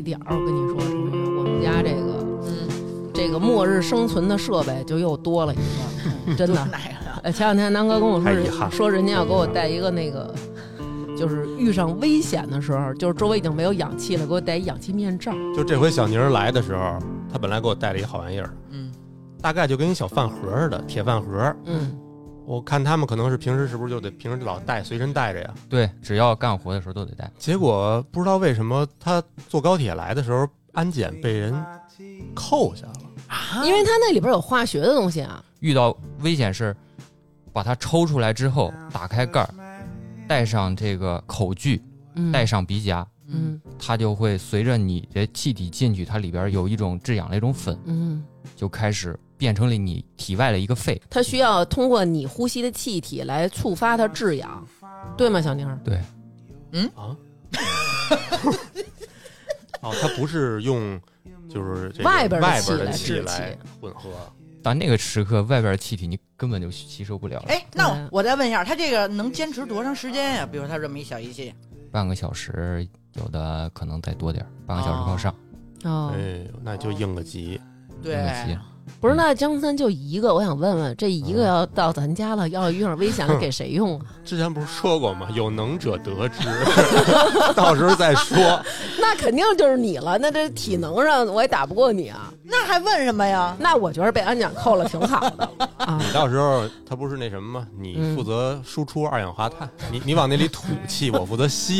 点儿，我跟你说，成宇，我们家这个末日生存的设备就又多了一个，真的。前两天南哥跟我说人家要给我带一个那个，就是遇上危险的时候，就是周围已经没有氧气了，给我带一氧气面罩。 就这回小宁来的时候，他本来给我带了一好玩意儿，大概就跟一小饭盒似的，铁饭盒。我看他们可能是平时是不是就得平时老带随身带着呀？ 对，只要干活的时候都得带。 结果不知道为什么他坐高铁来的时候，安检被人扣下了啊！因为他那里边有化学的东西啊。 遇到危险是把它抽出来之后，打开盖儿，带上这个口具，带上鼻夹，它就会随着你的气体进去，它里边有一种制氧的一种粉，就开始变成了你体外的一个肺。 它需要通过你呼吸的气体来触发它制氧，对吗，小宁？ 对。 它不是用就是这个外边的气来混合。 到那个时刻，外边的气体你根本就吸收不了了。 哎，那我再问一下，它这个能坚持多长时间呀？比如它这么一小仪器， 半个小时，有的可能再多点，半个小时往上。 那就应个急。 对。 不是，那江三就一个，我想问问，这一个要到咱家了，要遇上危险了，给谁用啊？ 之前不是说过吗？有能者得之，到时候再说。 那肯定就是你了，那这体能上我也打不过你啊。 那还问什么呀？ 那我觉得被安检扣了挺好的啊。 你到时候他不是那什么吗？你负责输出二氧化碳，你往那里吐气，我负责吸。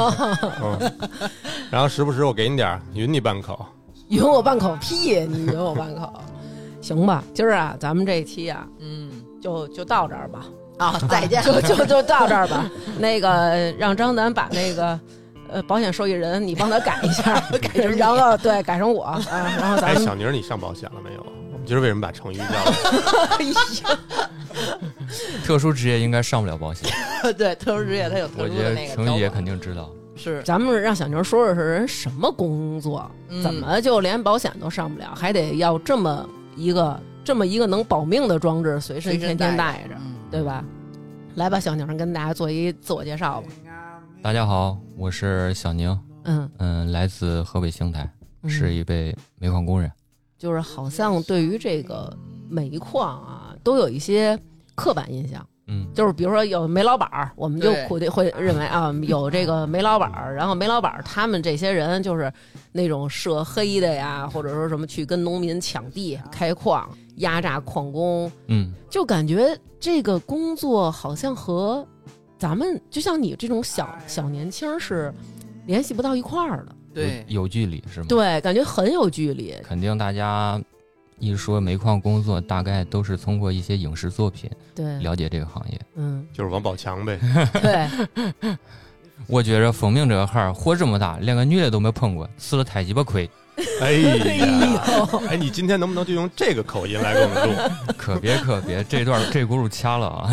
然后时不时我给你点，匀你半口。 匀我半口屁！你匀我半口。行吧，今儿啊，咱们这一期啊，就到这儿吧。 再见， 就到这儿吧。那个让张楠把那个保险受益人你帮他改一下，然后对改成我啊。然后咱们小宁，你上保险了没有？我们今儿为什么把成瑜叫来？ 特殊职业应该上不了保险。 对，特殊职业他有特殊的那个。 我觉得成瑜姐肯定知道。 是， 咱们让小宁说说是人什么工作，怎么就连保险都上不了，还得要这么一个能保命的装置随身天天带着，对吧？来吧，小宁跟大家做一自我介绍吧。 大家好，我是小宁，来自河北邢台，是一位煤矿工人。 就是好像对于这个煤矿啊，都有一些刻板印象。就是比如说有煤老板，我们就会认为啊，有这个煤老板，然后煤老板他们这些人就是那种涉黑的呀，或者说什么去跟农民抢地、开矿、压榨矿工，就感觉这个工作好像和咱们就像你这种小年轻是联系不到一块儿的， 对， 有距离是吗？ 对，感觉很有距离。 肯定大家一说煤矿工作，大概都是通过一些影视作品了解这个行业。 就是王宝强呗。 对， 我觉着奉命这个行活这么大，连个女的都没碰过，吃了太鸡巴亏。 哎呀，你今天能不能就用这个口音来给我们录？ 可别，这段这轱辘掐了啊！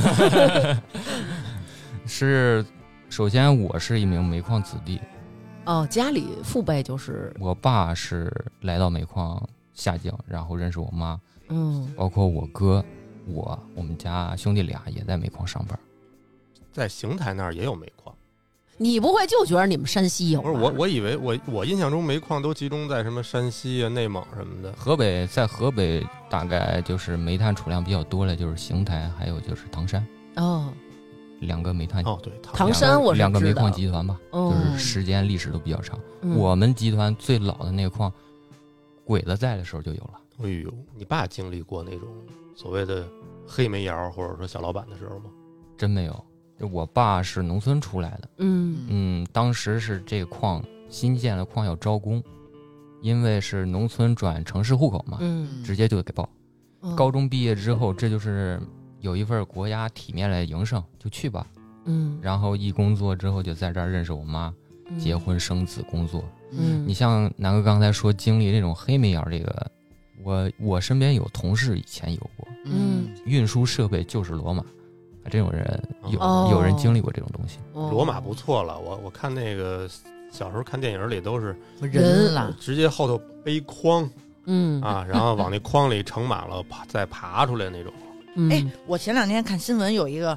首先我是一名煤矿子弟。 家里父辈就是我爸是来到煤矿下井，然后认识我妈，包括我哥，我们家兄弟俩也在煤矿上班。 在邢台那儿也有煤矿。 你不会就觉得你们山西有？ 不是我以为我印象中煤矿都集中在什么山西啊、内蒙什么的。 在河北大概就是煤炭储量比较多的，就是邢台，还有就是唐山。两个煤炭对， 唐山我是两个煤矿集团吧，就是时间历史都比较长。我们集团最老的那个矿，鬼子在的时候就有了。 哎呦，你爸经历过那种所谓的黑煤窑或者说小老板的时候吗？ 真没有。我爸是农村出来的，当时是这个矿新建的矿要招工，因为是农村转城市户口嘛，直接就给报。高中毕业之后，这就是有一份国家体面的营生，就去吧。然后一工作之后就在这儿认识我妈，结婚生子工作。你像南哥刚才说经历那种黑煤窑这个，我身边有同事以前有过，运输设备就是骡马。真有人有人经历过这种东西。 骡马不错了，我看那个小时候看电影里都是人了， 直接后头背筐，然后往那筐里盛满了，再爬出来那种。 我前两天看新闻有一个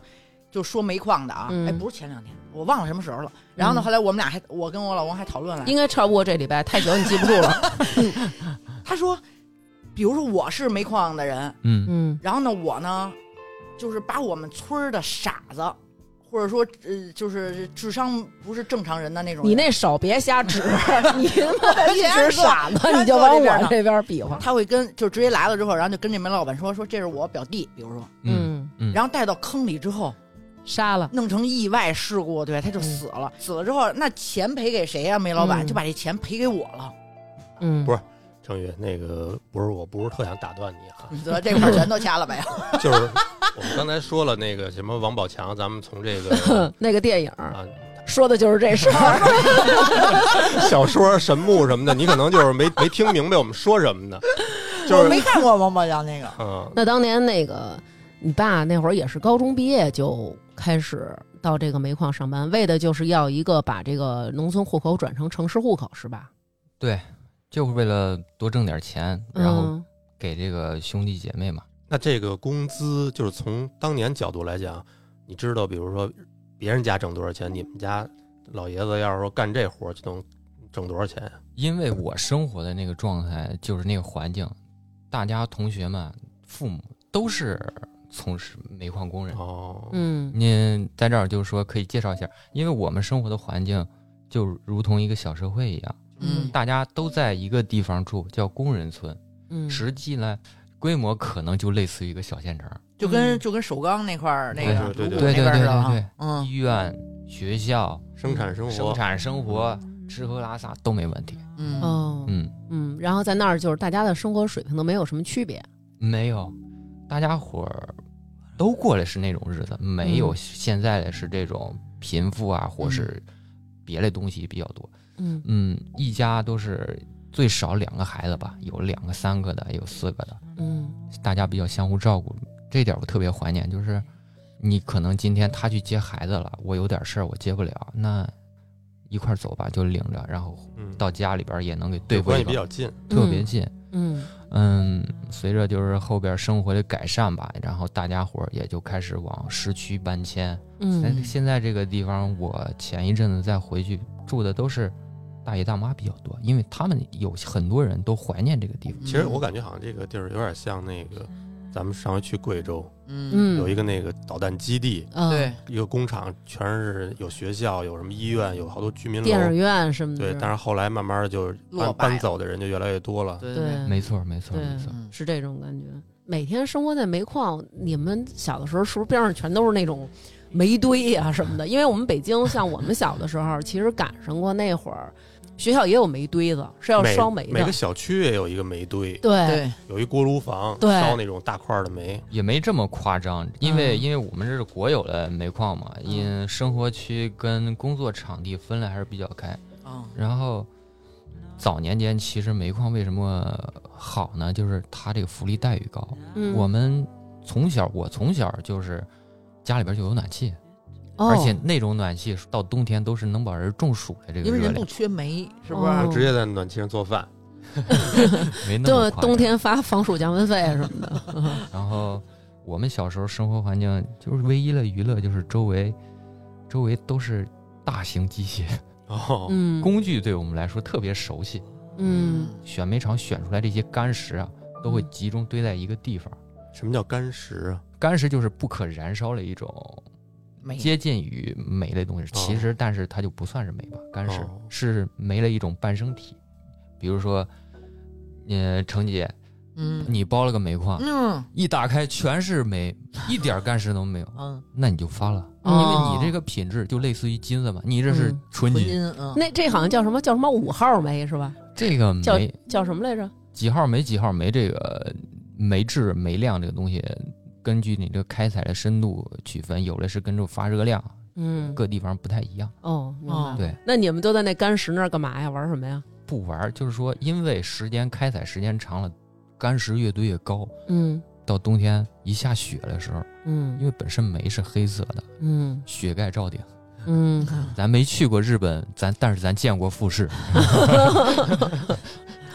就说煤矿的啊，不是前2天，我忘了什么时候了。然后呢，后来我们俩我跟我老公还讨论了， 应该超不过这礼拜，太久你记不住了。 他说，比如说我是煤矿的人，然后呢，我呢，就是把我们村的傻子。或者说，就是智商不是正常人的那种人。 你那手别瞎指，你他妈一直傻子，你就往我这边比划。 他会就直接来了之后，然后就跟这煤老板说这是我表弟，比如说，然后带到坑里之后， 杀了， 弄成意外事故，对，他就死了。死了之后，那钱赔给谁呀？煤老板就把这钱赔给我了。 不是。程宇，那个我不是特想打断你哈， 你得这块全都掐了呗。 就是我们刚才说了那个什么王宝强，咱们从这个那个电影啊，说的就是这事儿。小说神木什么的，你可能就是没听明白我们说什么呢？就是我没看过王宝强那个。 那当年那个你爸那会儿也是高中毕业就开始到这个煤矿上班，为的就是要一个把这个农村户口转成城市户口，是吧？ 对。就是为了多挣点钱，然后给这个兄弟姐妹嘛。 那这个工资就是从当年角度来讲，你知道，比如说别人家挣多少钱，你们家老爷子要是说干这活就能挣多少钱呀？ 因为我生活的那个状态就是那个环境，大家同学们、父母都是从事煤矿工人。您在这儿就是说可以介绍一下，因为我们生活的环境就如同一个小社会一样。大家都在一个地方住，叫工人村。实际呢，规模可能就类似于一个小县城， 就跟首钢那块儿那个对，医院、学校、 生产生活，吃喝拉撒都没问题。 然后在那儿就是大家的生活水平都没有什么区别， 没有，大家伙儿都过来是那种日子，没有现在的是这种贫富啊，或是别的东西比较多。一家都是最少2个孩子吧，有2个、3个的，有4个的。大家比较相互照顾，这点我特别怀念。就是你可能今天他去接孩子了，我有点事儿我接不了，那一块走吧，就领着，然后到家里边也能给对付， 关系比较近， 特别近。随着就是后边生活的改善吧，然后大家伙也就开始往市区搬迁。现在这个地方，我前一阵子再回去住的都是大爷大妈比较多，因为他们有很多人都怀念这个地方。 其实我感觉好像这个地儿有点像那个咱们上回去贵州，有一个那个导弹基地， 对， 一个工厂，全是有学校，有什么医院，有好多居民楼、 电影院什么的。 对，但是后来慢慢的就搬走的人就越来越多了。 对， 没错， 是这种感觉。每天生活在煤矿，你们小的时候是不是边上全都是那种煤堆啊什么的？因为我们北京，像我们小的时候，其实赶上过那会儿。学校也有煤堆子，是要烧煤的。 每个小区也有一个煤堆， 对， 有一锅炉房，烧那种大块的煤， 也没这么夸张。因为我们这是国有的煤矿嘛，因生活区跟工作场地分类还是比较开。然后早年间其实煤矿为什么好呢？就是它这个福利待遇高。我从小就是家里边就有暖气。而且那种暖气到冬天都是能把人中暑的这个热量， 因为人不缺煤，是不是？ 直接在暖气上做饭， 没那么冬天发防暑降温费什么的。 然后我们小时候生活环境就是唯一的娱乐就是周围都是大型机械，工具对我们来说特别熟悉。选煤厂选出来这些干石啊，都会集中堆在一个地方。 什么叫干石啊？ 干石就是不可燃烧的一种。接近于煤的东西，其实但是它就不算是煤吧，干石是煤的一种半生体。比如说，程姐，你包了个煤矿，一打开全是煤，一点干石都没有，那你就发了，因为你这个品质就类似于金子嘛，你这是纯金。 那这好像叫什么5号煤是吧？ 这个煤叫什么来着？ 几号煤这个煤质煤量这个东西。根据你这个开采的深度区分，有的是跟着发热量，各地方不太一样。 明白。 对， 那你们都在那干石那儿干嘛呀？玩什么呀？ 不玩，就是说，因为开采时间长了，干石越堆越高。到冬天一下雪的时候，因为本身煤是黑色的，雪盖罩顶。咱没去过日本，但是咱见过富士。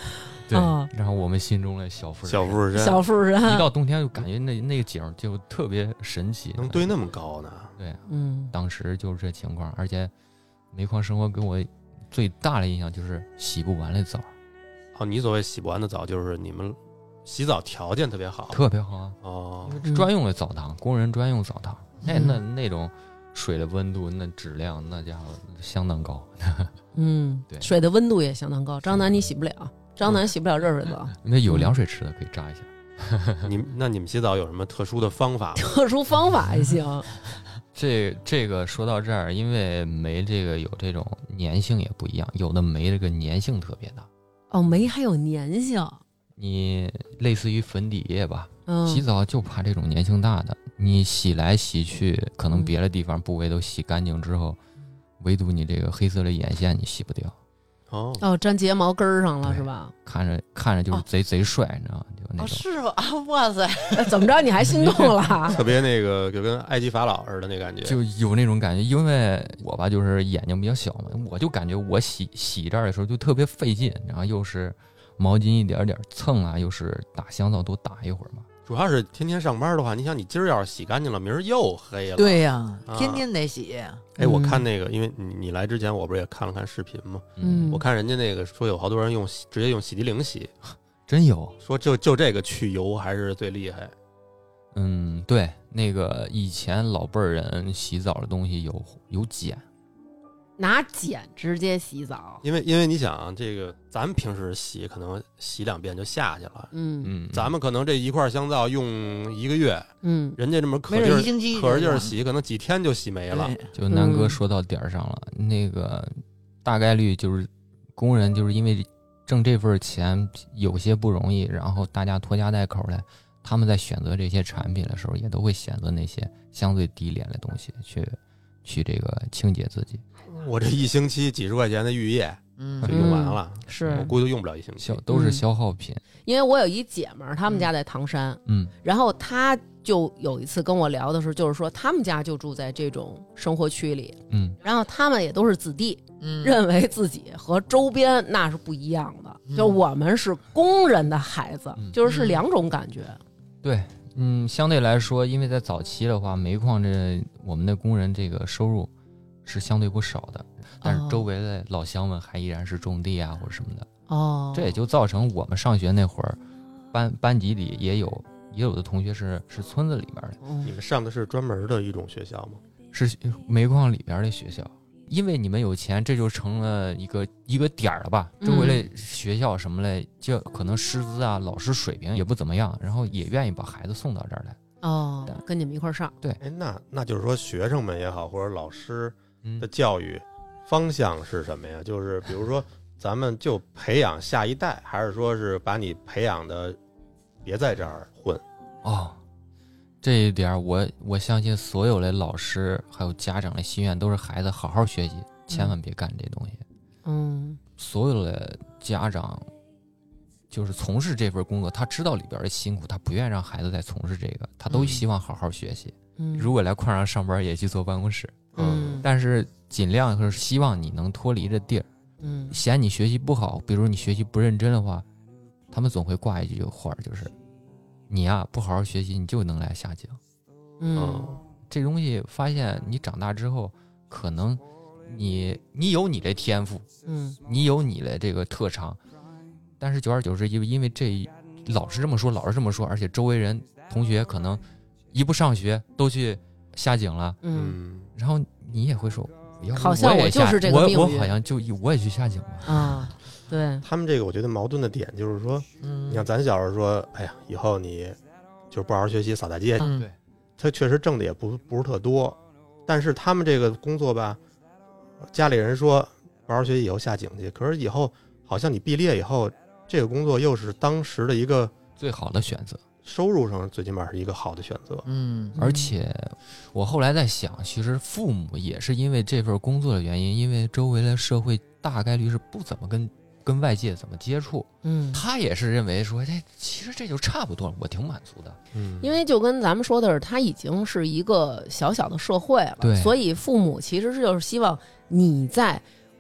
对，然后我们心中的小富人， 小富人， 一到冬天就感觉那个景就特别神奇， 能堆那么高呢？ 对，当时就是这情况，而且煤矿生活给我最大的印象就是洗不完的澡。 哦，你所谓洗不完的澡，就是你们洗澡条件特别好， 特别好啊！ 哦， 专用的澡堂，工人专用澡堂，那种水的温度、那质量，那家伙相当高。 对，水的温度也相当高。张楠你洗不了，张楠洗不了热水澡。 那有凉水池的可以扎一下。 你们洗澡有什么特殊的方法吗？ 特殊方法还行。 这个说到这儿，因为煤这个有这种粘性也不一样，有的煤这个粘性特别大。 哦，煤还有粘性。 你类似于粉底液吧，洗澡就怕这种粘性大的，你洗来洗去，可能别的地方部位都洗干净之后，唯独你这个黑色的眼线你洗不掉。 哦，粘睫毛根上了是吧？ 看着就是贼帅，你知道吗？就那种。 是吧？哇塞， 怎么着你还心动了？ 特别那个就跟埃及法老似的那感觉， 就有那种感觉。因为我吧，就是眼睛比较小嘛，我就感觉我洗这儿的时候就特别费劲，然后又是毛巾一点点蹭啊，又是打香皂多打一会儿嘛。 主要是天天上班的话，你想你今儿要是洗干净了，明儿又黑了。 对呀，天天得洗。 我看那个，因为你来之前，我不是也看了看视频吗？我看人家那个说有好多人直接用洗涤灵洗， 真有说就这个去油还是最厉害。 对，那个以前老辈儿人洗澡的东西有碱。 拿碱直接洗澡， 因为你想这个，咱们平时洗可能洗2遍就下去了，咱们可能这一块香皂用1个月，人家这么可劲儿洗，可能几天就洗没了。 就南哥说到点儿上了，那个大概率就是工人就是因为挣这份钱有些不容易，然后大家拖家带口的，他们在选择这些产品的时候，也都会选择那些相对低廉的东西去这个清洁自己。 我这1星期几十块钱的浴液，就用完了， 是我估计都用不了1星期， 都是消耗品。 因为我有一姐们儿，他们家在唐山，然后她就有一次跟我聊的时候，就是说他们家就住在这种生活区里，然后他们也都是子弟，认为自己和周边那是不一样的，就我们是工人的孩子，就是2种感觉。 对，相对来说，因为在早期的话，煤矿我们的工人这个收入是相对不少的，但是周围的老乡们还依然是种地啊或者什么的。这也就造成我们上学那会儿，班级里也有的同学是村子里边的。 你们上的是专门的一种学校吗？ 是煤矿里边的学校，因为你们有钱，这就成了一个点了吧。周围的学校什么的，就可能师资啊、老师水平也不怎么样，然后也愿意把孩子送到这儿来。 跟你们一块儿上。 对， 那就是说学生们也好，或者老师的教育方向是什么呀？就是比如说咱们就培养下一代，还是说是把你培养的别在这儿混？ 这一点我相信所有的老师还有家长的心愿都是孩子好好学习，千万别干这东西。所有的家长就是从事这份工作，他知道里边的辛苦，他不愿意让孩子再从事这个，他都希望好好学习。如果来矿上上班，也去坐办公室。但是尽量是希望你能脱离这地儿。嫌你学习不好，比如你学习不认真的话，他们总会挂一句话，就是你呀不好好学习，你就能来下井。这东西发现你长大之后，可能你有你的天赋，你有你的这个特长，但是久而久之，因为这老是这么说，而且周围人同学可能一不上学都去下井了，然后你也会说， 好像我就是这个命运， 我好像我也去下井吧。 对， 他们这个我觉得矛盾的点就是说，你像咱小时候说，哎呀，以后你就是不好好学习，扫大街， 对， 他确实挣的也不是特多，但是他们这个工作吧，家里人说好好学习以后下井去，可是以后好像你毕业以后，这个工作又是当时的一个最好的选择， 收入上最起码是一个好的选择。 而且我后来在想，其实父母也是因为这份工作的原因，因为周围的社会大概率是不怎么跟外界怎么接触，他也是认为说，其实这就差不多了，我挺满足的。 因为就跟咱们说的是，他已经是一个小小的社会了， 对， 所以父母其实就是希望你在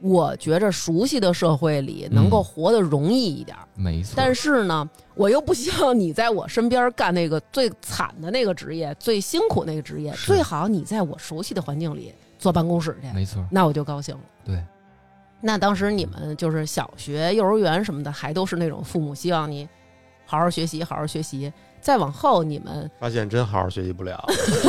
我觉着熟悉的社会里能够活得容易一点， 没错。 但是呢，我又不希望你在我身边干那个最惨的那个职业，最辛苦那个职业，最好你在我熟悉的环境里坐办公室去， 没错， 那我就高兴了。 对， 那当时你们就是小学、幼儿园什么的，还都是那种父母希望你好好学习，好好学习。再往后，你们发现真好好学习不了，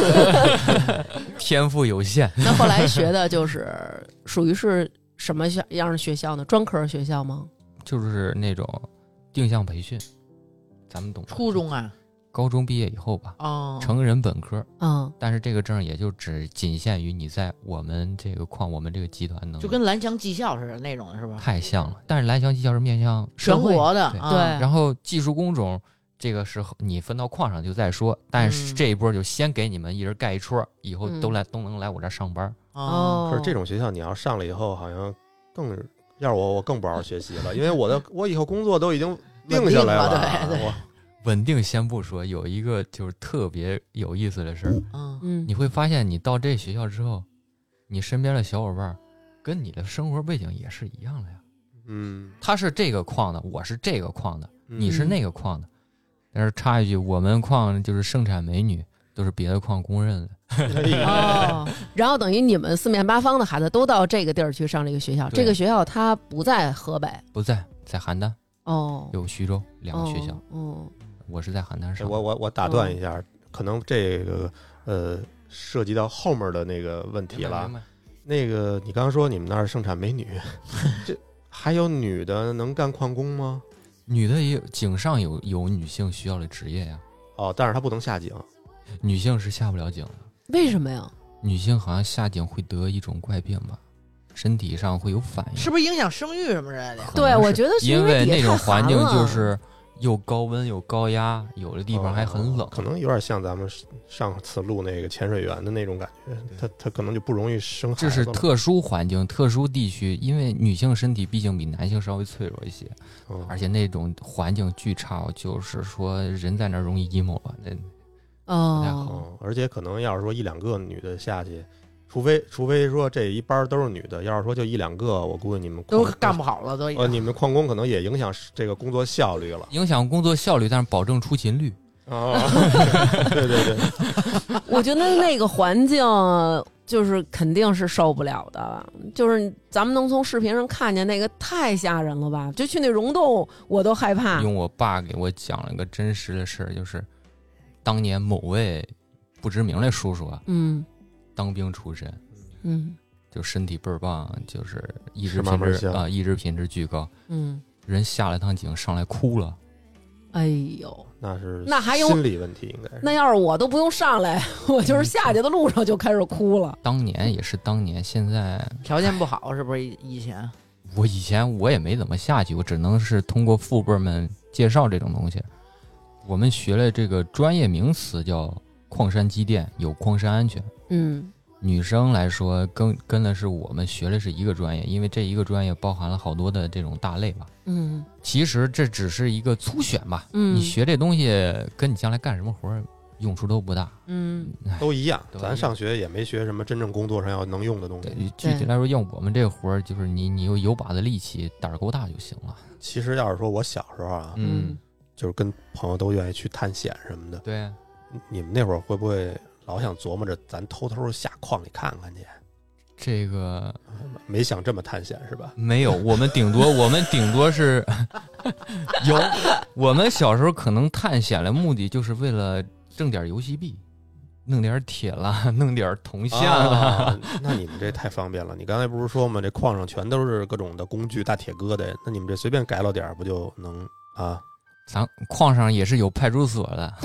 天赋有限。 那后来学的就是属于是什么样的学校呢？专科学校吗？ 就是那种定向培训，咱们懂。 初中啊， 高中毕业以后吧，成人本科，但是这个证也就只仅限于你在我们这个我们这个集团能， 就跟蓝翔技校似的那种，是吧？ 太像了，但是蓝翔技校是面向全国的， 对。 然后技术工种这个是你分到矿上就再说，但是这一波就先给你们一人盖一戳，以后都能来我这儿上班。 可是这种学校你要上了以后，好像要是我更不好好学习了，因为我以后工作都已经定下来了。 对。 稳定先不说，有一个就是特别有意思的事儿，你会发现你到这学校之后，你身边的小伙伴跟你的生活背景也是一样的呀。他是这个矿的，我是这个矿的，你是那个矿的。但是插一句，我们矿就是盛产美女，都是别的矿公认的。 然后等于你们四面八方的孩子都到这个地儿去上这个学校，这个学校它不在河北， 不在邯郸。有徐州2个学校。我是在邯郸上。 我打断一下，可能这个涉及到后面的那个问题了。那个你刚刚说你们那儿盛产美女，这还有女的能干矿工吗？ 女的也有，井上有女性需要的职业呀。 但是她不能下井。 女性是下不了井的。 为什么呀？ 女性好像下井会得一种怪病吧，身体上会有反应。 是不是影响生育什么之类的？ 对，我觉得是因为那种环境就是又高温又高压，有的地方还很冷。 可能有点像咱们上次录那个潜水员的那种感觉，他可能就不容易生孩子。 这是特殊环境、特殊地区，因为女性身体毕竟比男性稍微脆弱一些，而且那种环境巨差，就是说人在那儿容易 emo 了，那不太好。 而且可能要是说1-2个女的下去，除非说这一班都是女的，要是说就1-2个，我估计你们都干不好了，都你们矿工可能也影响这个工作效率了， 影响工作效率，但是保证出勤率。 对， 我觉得那个环境就是肯定是受不了的，就是咱们能从视频上看见那个太吓人了吧？就去那溶洞我都害怕。 用我爸给我讲了个真实的事，就是当年某位不知名的叔叔啊，当兵出身，就身体倍儿棒，就是意志品质巨高，人下了趟井上来哭了。 哎呦， 那还有心理问题，应该是。 那要是我都不用上来，我就是下去的路上就开始哭了。 当年也是当年，现在条件不好，是不是？以前我也没怎么下去，我只能是通过父辈们介绍这种东西。我们学了这个专业名词叫矿山机电，有矿山安全。女生来说跟的是我们学的是一个专业，因为这一个专业包含了好多的这种大类吧。其实这只是一个粗选吧。你学这东西跟你将来干什么活用处都不大。 都一样。咱上学也没学什么真正工作上要能用的东西。 具体来说，用我们这个活就是你有把子力气，胆儿够大就行了。 其实要是说我小时候啊，就是跟朋友都愿意去探险什么的。 对， 你们那会儿会不会老想琢磨着咱偷偷下矿里看看去？ 这个没想这么探险是吧？ 没有，我们顶多是有。我们小时候可能探险的目的就是为了挣点游戏币，弄点铁了，弄点铜线了。 那你们这太方便了。你刚才不是说吗？这矿上全都是各种的工具，大铁疙瘩。那你们这随便改了点不就能啊？ 咱矿上也是有派出所的。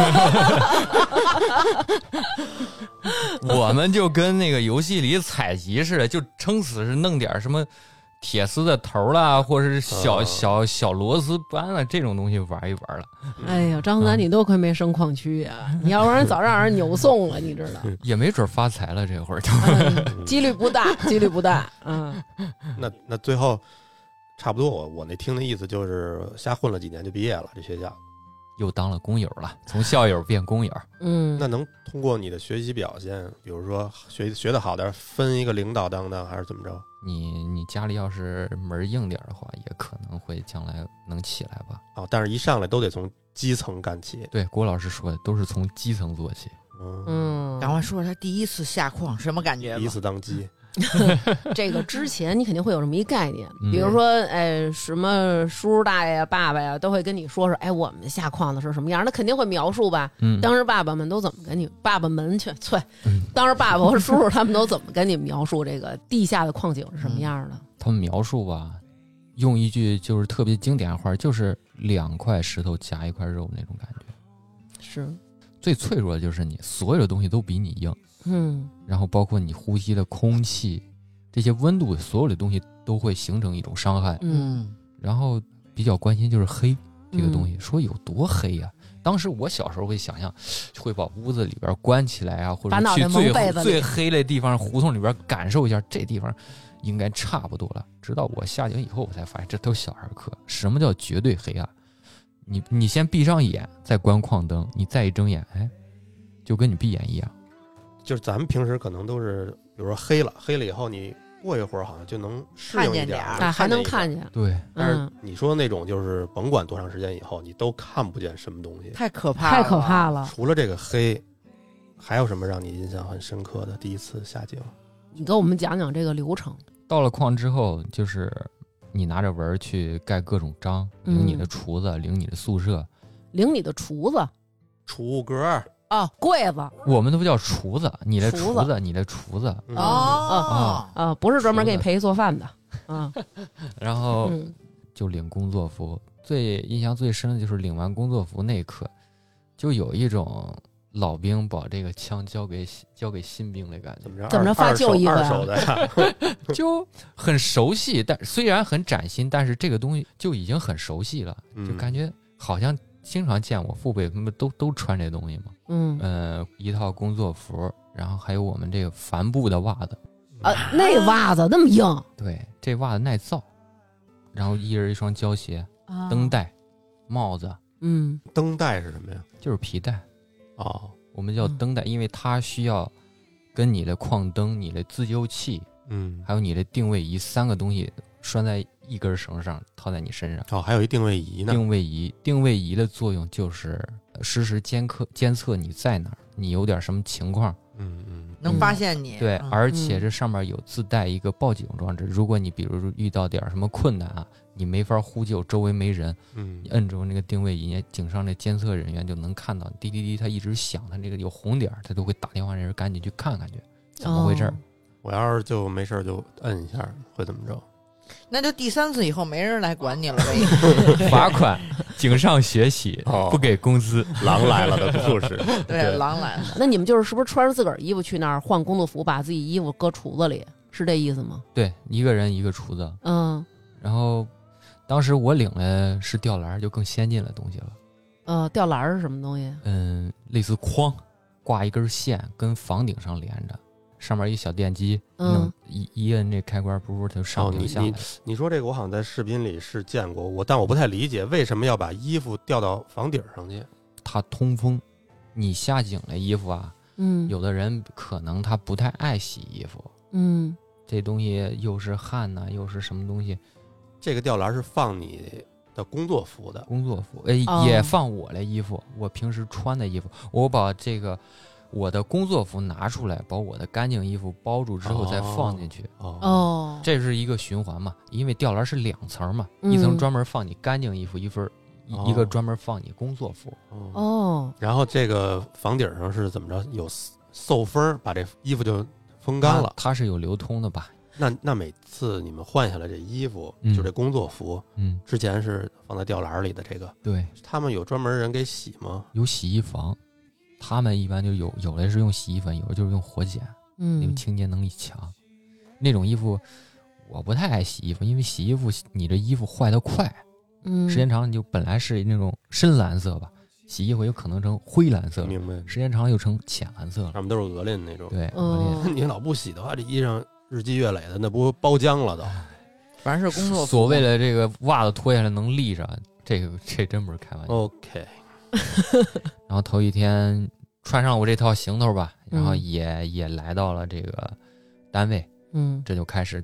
我们就跟那个游戏里采集似的，就撑死是弄点什么铁丝的头啦，或者是小螺丝扳了这种东西玩一玩了。 哎呀，张三，你多亏没升矿区呀，你要不然早让人扭送了，你知道？ 也没准发财了，这会儿就几率不大，几率不大。 那最后差不多，我那听的意思就是瞎混了几年就毕业了，这学校又当了工友了，从校友变工友。 那能通过你的学习表现，比如说学得好点，分一个领导当还是怎么着？ 你家里要是门硬点的话，也可能会将来能起来吧。 但是一上来都得从基层干起。 对，郭老师说的都是从基层做起。 赶快说说他第一次下矿什么感觉吧？ 第一次当鸡。 这个之前你肯定会有这么一概念，比如说，什么叔叔大爷、爸爸呀，都会跟你说，我们下矿的是什么样，那肯定会描述吧。当时爸爸们都怎么跟你，爸爸们去，当时爸爸和叔叔他们都怎么跟你描述这个地下的矿井是什么样的？ 他们描述吧，用一句就是特别经典的话，就是2块石头夹1块肉那种感觉。 是， 最脆弱的就是你，所有的东西都比你硬。然后包括你呼吸的空气，这些温度，所有的东西都会形成一种伤害。然后比较关心就是黑这个东西，说有多黑呀？当时我小时候会想象，会把屋子里边关起来啊，或者去最黑的地方胡同里边感受一下，这地方应该差不多了。直到我下井以后，我才发现这都小儿科。什么叫绝对黑暗？你先闭上眼，再关矿灯，你再一睁眼，就跟你闭眼一样。 就是咱们平时可能都是，比如说黑了以后，你过一会儿好像就能适应一点， 还能看见。 对， 但是你说那种就是甭管多长时间以后，你都看不见什么东西， 太可怕了。 除了这个黑，还有什么让你印象很深刻的第一次下井？ 你跟我们讲讲这个流程。 到了矿之后，就是你拿着文去盖各种章，领你的厨子，领你的宿舍， 领你的厨子， 储物格。 柜子， 我们都叫厨子，你的厨子，你的厨子。 不是专门给你陪做饭的。 然后就领工作服，最印象最深的就是领完工作服那一刻，就有一种老兵把这个枪交给新兵的感觉。 怎么着发旧衣服二手的呀？ 就很熟悉，但虽然很崭新，但是这个东西就已经很熟悉了，就感觉好像经常见我父辈他们都穿这东西嘛。一套工作服，然后还有我们这个帆布的袜子。 那袜子那么硬？ 对，这袜子耐造。然后一人一双胶鞋，灯带，帽子。 灯带是什么呀？ 就是皮带。我们叫灯带，因为它需要跟你的矿灯、你的自救器，还有你的定位仪3个东西拴在一根绳上，套在你身上。 还有一定位仪呢。 定位仪的作用就是实时监测你在哪儿，你有点什么情况， 能发现你。 对，而且这上面有自带一个报警装置，如果你比如说遇到点什么困难啊，你没法呼救，周围没人，你摁住那个定位仪，井上的监测人员就能看到滴滴滴，它一直响，它这个有红点，它都会打电话让人赶紧去看看去，怎么回事。 我要是就没事就摁一下，会怎么着？ 那就第3次以后没人来管你了呗。 罚款，井上学习，不给工资。 狼来了的故事。 对，狼来了。 那你们是不是穿着自个儿衣服去那儿换工作服，把自己衣服搁橱子里，是这意思吗？ 对，一个人一个厨子。然后当时我领的是吊篮，就更先进的东西了。 吊篮是什么东西？ 类似筐，挂一根线跟房顶上连着。上面一小电机，一摁这开关，不它就上就下来。 你说这个，我好像在视频里是见过，但我不太理解为什么要把衣服吊到房顶上去。 它通风。你下井的衣服啊，有的人可能他不太爱洗衣服，这东西又是汗呐，又是什么东西。 这个吊篮是放你的工作服的， 也放我的衣服，我平时穿的衣服，我把这个。我的工作服拿出来，把我的干净衣服包住之后再放进去。这是一个循环嘛，因为吊篮是2层嘛，一层专门放你干净衣服，一个专门放你工作服。 然后这个房顶上是怎么着？有透风，把这衣服就风干了。 它是有流通的吧？ 那每次你们换下来这衣服，就这工作服，之前是放在吊篮里的这个， 对， 他们有专门人给洗吗？ 有洗衣房。他们一般就有的是用洗衣粉，有的就是用火碱，那种清洁能力强。那种衣服我不太爱洗衣服，因为洗衣服你这衣服坏得快，时间长了你就本来是那种深蓝色吧，洗衣服有可能成灰蓝色， 明白？ 时间长了又成浅蓝色了， 上面都是鹅鳞那种。 对，鹅鳞。 你老不洗的话，这衣裳日积月累的，那不包浆了都。 反正是工作服。 所谓的这个袜子脱下来能立着，这真不是开玩笑。 OK。 然后头一天穿上我这套行头吧，然后也来到了这个单位，这就开始到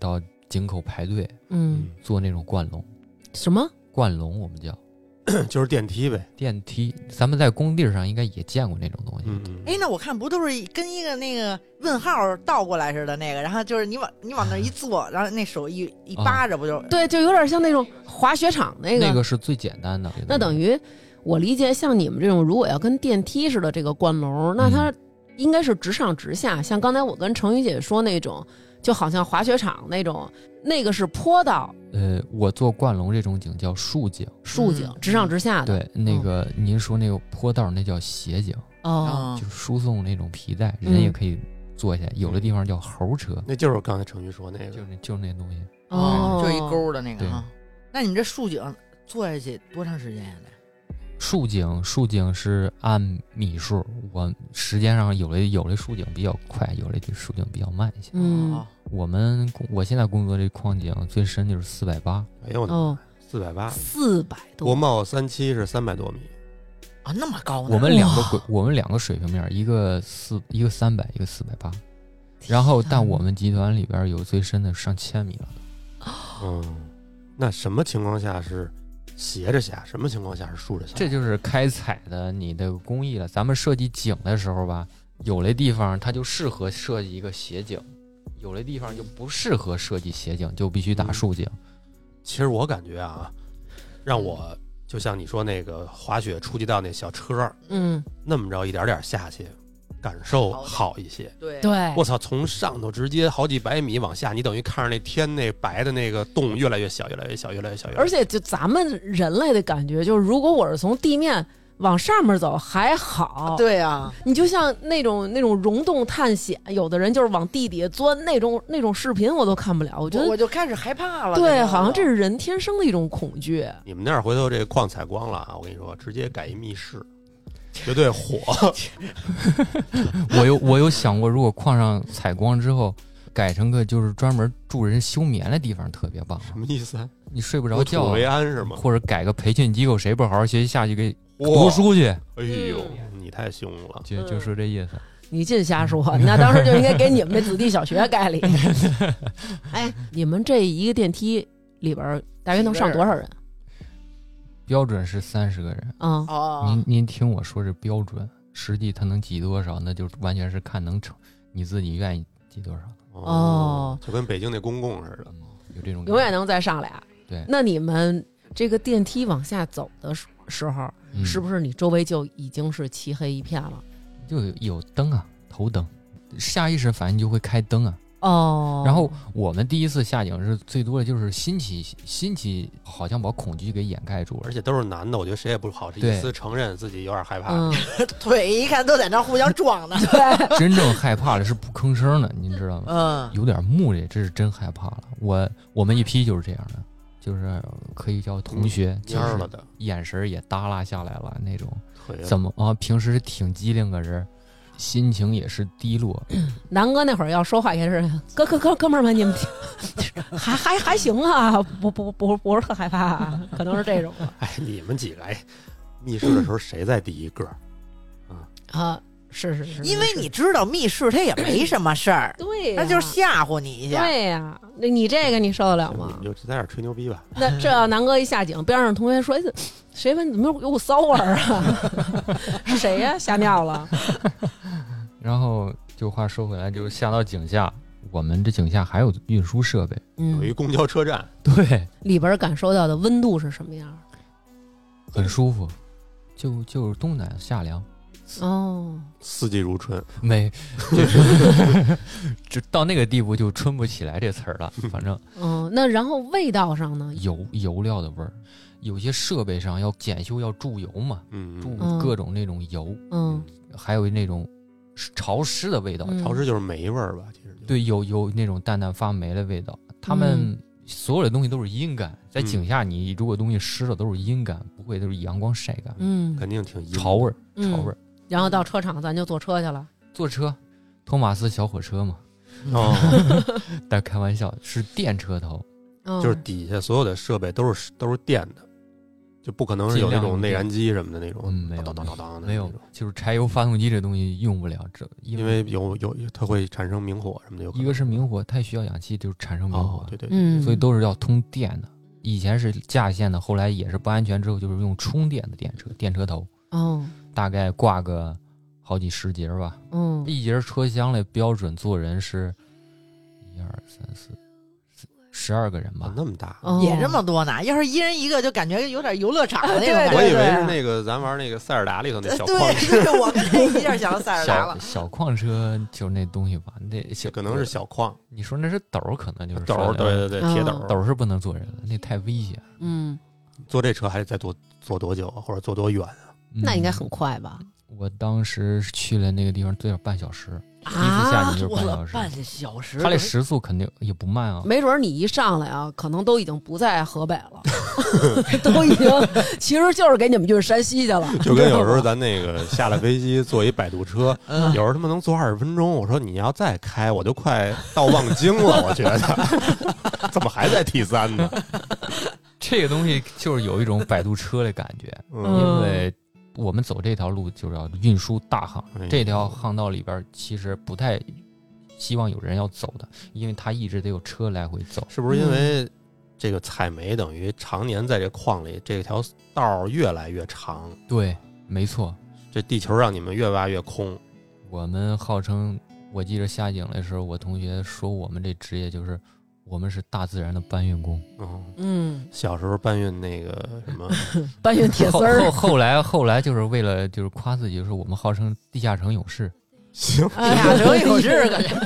井口排队，坐那种灌笼。 什么灌笼？我们叫就是电梯呗。 电梯，咱们在工地上应该也见过那种东西。 那我看不都是跟一个那个问号倒过来似的那个，然后就是你往那一坐，然后那手一扒着，不就对，就有点像那种滑雪场那个是最简单的。 那等于我理解，像你们这种如果要跟电梯似的这个灌笼，那它应该是直上直下。像刚才我跟程宇姐说那种，就好像滑雪场那种，那个是坡道。 我做灌笼这种井叫竖井， 直上直下的。 对，那个您说那个坡道那叫斜井，就是输送那种皮带，人也可以坐下。有的地方叫猴车， 那就是刚才程宇说那个， 就是那东西。 就一沟的那个啊。那你这竖井坐下去多长时间呀？ 竖井是按米数，我时间上有的竖井比较快，有的竖井比较慢一些。我现在工作这矿井最深就是480。 哎呦我的 ，400多。 国贸37是300多米啊，那么高呢？ 我们两个水平面，一个300，一个480。然后，但我们集团里边有最深的上1000米了。 那什么情况下是斜着下，什么情况下是竖着下？ 这就是开采的你的工艺了。咱们设计井的时候吧，有的地方它就适合设计一个斜井，有的地方就不适合设计斜井，就必须打竖井。 其实我感觉啊，让我就像你说那个滑雪初级道那小车，那么着一点点下去，感受好一些。 对， 我操，从上头直接好几百米往下，你等于看着那天那白的那个洞越来越小，越来越小，越来越小。 而且就咱们人类的感觉，就是如果我是从地面往上面走还好， 对啊， 你就像那种溶洞探险，有的人就是往地底下钻，那种视频我都看不了，我觉得我就开始害怕了。 对，好像这是人天生的一种恐惧。 你们那儿回头这个矿采光了啊，我跟你说，直接改一密室。绝对火！ 我有想过，如果矿上采光之后，改成个就是专门住人休眠的地方，特别棒。 什么意思啊？ 你睡不着觉， 不土为安是吗？ 或者改个培训机构，谁不好好学习下去给读书去？ 哎呦，你太凶了！ 就说这意思。 你净瞎说，那当时就应该给你们这子弟小学盖里。哎，你们这一个电梯里边大约能上多少人？ 标准是30个人。您听我说是标准，实际它能挤多少，那就完全是看能成你自己愿意挤多少。 就跟北京那公共似的， 有这种永远能再上俩。 对， 那你们这个电梯往下走的时候，是不是你周围就已经是漆黑一片了？ 就有灯啊，头灯，下意识反应就会开灯啊。然后我们第一次下井是最多的就是新奇，好像把恐惧给掩盖住了， 而且都是男的，我觉得谁也不好意思承认自己有点害怕。 腿一看都在那互相撞呢。 对， 真正害怕的是不吭声的，您知道吗？有点木这是真害怕了。我们一批就是这样的，就是可以叫同学， 蔫了的， 眼神也耷拉下来了那种。怎么啊？平时挺机灵个人。心情也是低落。 南哥那会儿要说话也是哥们儿们，你们还行啊，不是特害怕，可能是这种。 哎，你们几个密室的时候谁在第一个？ 是， 因为你知道密室它也没什么事儿， 对， 那就是吓唬你一下。 对呀，你这个你受得了吗？ 你就在这儿吹牛逼吧。 那这南哥一下井，边上同学说：“谁闻怎么有股骚味儿啊？是谁呀？吓尿了。” 然后就话说回来，就是下到井下，我们这井下还有运输设备， 有一公交车站。 对， 里边感受到的温度是什么样？ 很舒服，就是冬暖夏凉。 四季如春， 没，就到那个地步就春不起来这词儿了。反正， 那然后味道上呢？ 油料的味儿，有些设备上要检修，要注油嘛，注各种那种油，还有那种潮湿的味道， 潮湿就是霉味儿吧，其实对，有那种淡淡发霉的味道。他们所有的东西都是阴干，在井下你如果东西湿了都是阴干，不会都是阳光晒干， 肯定挺阴潮味儿。 然后到车场咱就坐车去了， 坐车，托马斯小火车嘛。但开玩笑，是电车头， 就是底下所有的设备都是电的， 就不可能是有那种内燃机什么的那种， 没有， 当当当当的， 没有，就是柴油发动机这东西用不了， 因为有它会产生明火什么的， 一个是明火，它也需要氧气，就是产生明火， 对， 所以都是要通电的。以前是架线的，后来也是不安全，之后就是用充电的电车头，大概挂个好几十节吧，一节车厢的标准坐人是1、2、3、4、12个人吧， 那么大， 也这么多呢。要是一人一个，就感觉有点游乐场的那种感觉。 我以为是那个咱玩那个塞尔达里头那小矿车， 我跟你一下想到塞尔达了。 小矿车就是那东西吧，那可能是小矿。 你说那是斗，可能就是斗，对，铁斗， 斗是不能坐人的，那太危险。 坐这车还得再坐多久啊，或者坐多远啊？ 那应该很快吧？ 我当时去了那个地方，最少半小时。一次下去就是半小时， 他这时速肯定也不慢啊。 没准你一上来啊，可能都已经不在河北了，都已经其实就是给你们运山西去了。 就跟有时候咱那个下了飞机坐一摆渡车，有时候他妈能坐20分钟。我说你要再开，我就快到望京了。我觉得怎么还在 T3 呢？ 这个东西就是有一种摆渡车的感觉，因为我们走这条路就是要运输大航，这条航道里边其实不太希望有人要走的，因为它一直得有车来回走。 是不是因为这个采煤等于常年在这矿里，这条道越来越长？ 对，没错， 这地球让你们越挖越空。 我们号称，我记得下井的时候，我同学说我们这职业就是我们是大自然的搬运工。 小时候搬运那个什么搬运铁丝儿。 后来就是为了就是夸自己，就是我们号称地下城勇士。 行， 地下城勇士。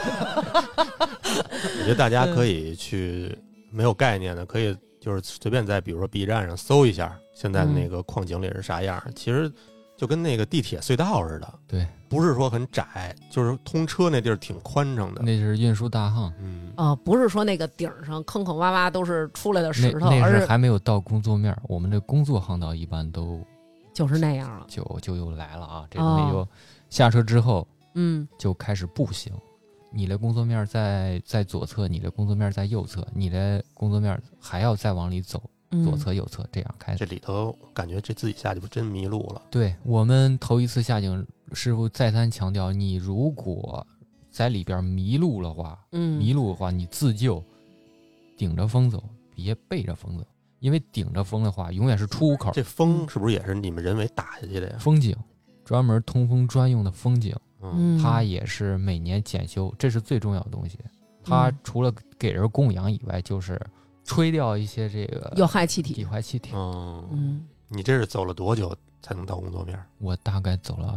我觉得大家可以去没有概念的，可以就是随便在比如说 B 站上搜一下现在的那个矿井里是啥样，其实就跟那个地铁隧道似的。 对， 不是说很窄，就是通车那地儿挺宽敞的。 那是运输大夯。 不是说那个顶上坑坑洼洼都是出来的石头， 那是还没有到工作面。我们这工作航道一般都就是那样了， 就又来了啊！这东西就下车之后，就开始步行。你的工作面在左侧，你的工作面在右侧，你的工作面还要再往里走。左侧右侧这样开， 这里头感觉这自己下去真迷路了。 对，我们头一次下井，师傅再三强调，你如果在里边迷路的话，你自救，顶着风走，别背着风走，因为顶着风的话永远是出口。 这风是不是也是你们人为打下去的呀？ 风井，专门通风专用的风井，它也是每年检修，这是最重要的东西。它除了给人供氧以外，就是吹掉一些这个有害气体。 你这是走了多久才能到工作面？ 我大概走了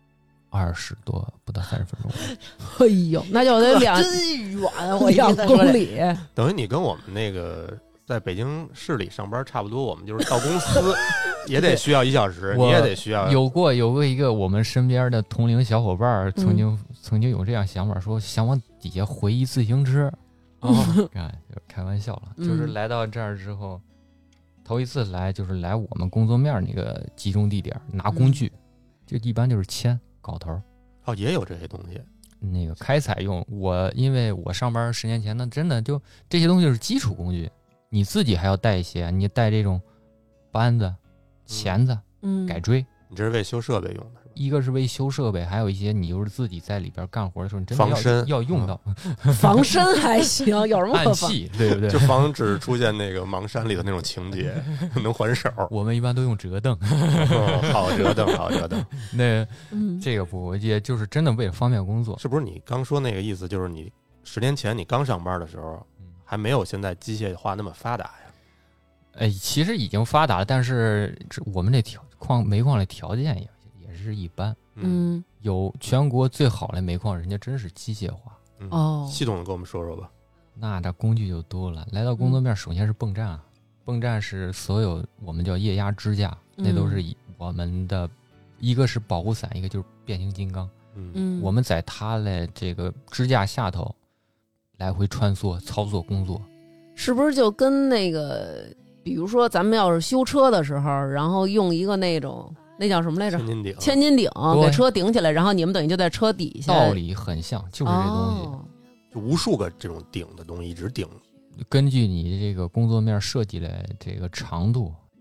20多，不到30分钟。 哎呦，那就得真远，我 2公里。 等于你跟我们那个在北京市里上班差不多，我们就是到公司也得需要1小时，你也得需要。有过一个我们身边的同龄小伙伴，曾经有这样想法，说想往底下回一自行车。就开玩笑了，就是来到这儿之后，头一次来就是来我们工作面那个集中地点拿工具，就一般就是铅镐头。 也有这些东西。 那个开采用，因为我上班10年前呢，真的就这些东西是基础工具，你自己还要带一些，你带这种扳子、钳子、改锥。 你这是为修设备用的？ 一个是为修设备，还有一些你就是自己在里边干活的时候，你真的要用到。 防身还行，有什么暗器，对不对？ 就防止出现那个盲山里的那种情节，能还手。 我们一般都用折凳。 好折凳，好折凳。 那这个不，也就是真的为了方便工作。 是不是你刚说那个意思？就是你10年前你刚上班的时候，还没有现在机械化那么发达呀？ 其实已经发达了，但是我们这煤矿的条件也是一般。有全国最好的煤矿，人家真是机械化。 系统的跟我们说说吧。 那这工具就多了。来到工作面，首先是泵站，泵站是所有我们叫液压支架，那都是我们的一个是保护伞，一个就是变形金刚。我们在它的这个支架下头来回穿梭操作工作， 是不是就跟那个，比如说咱们要是修车的时候，然后用一个那种。那叫什么来着？千斤顶给车顶起来，然后你们等于就在车底下。 道理很像，就是这东西。 就无数个这种顶的东西一直顶。 根据你这个工作面设计的这个长度，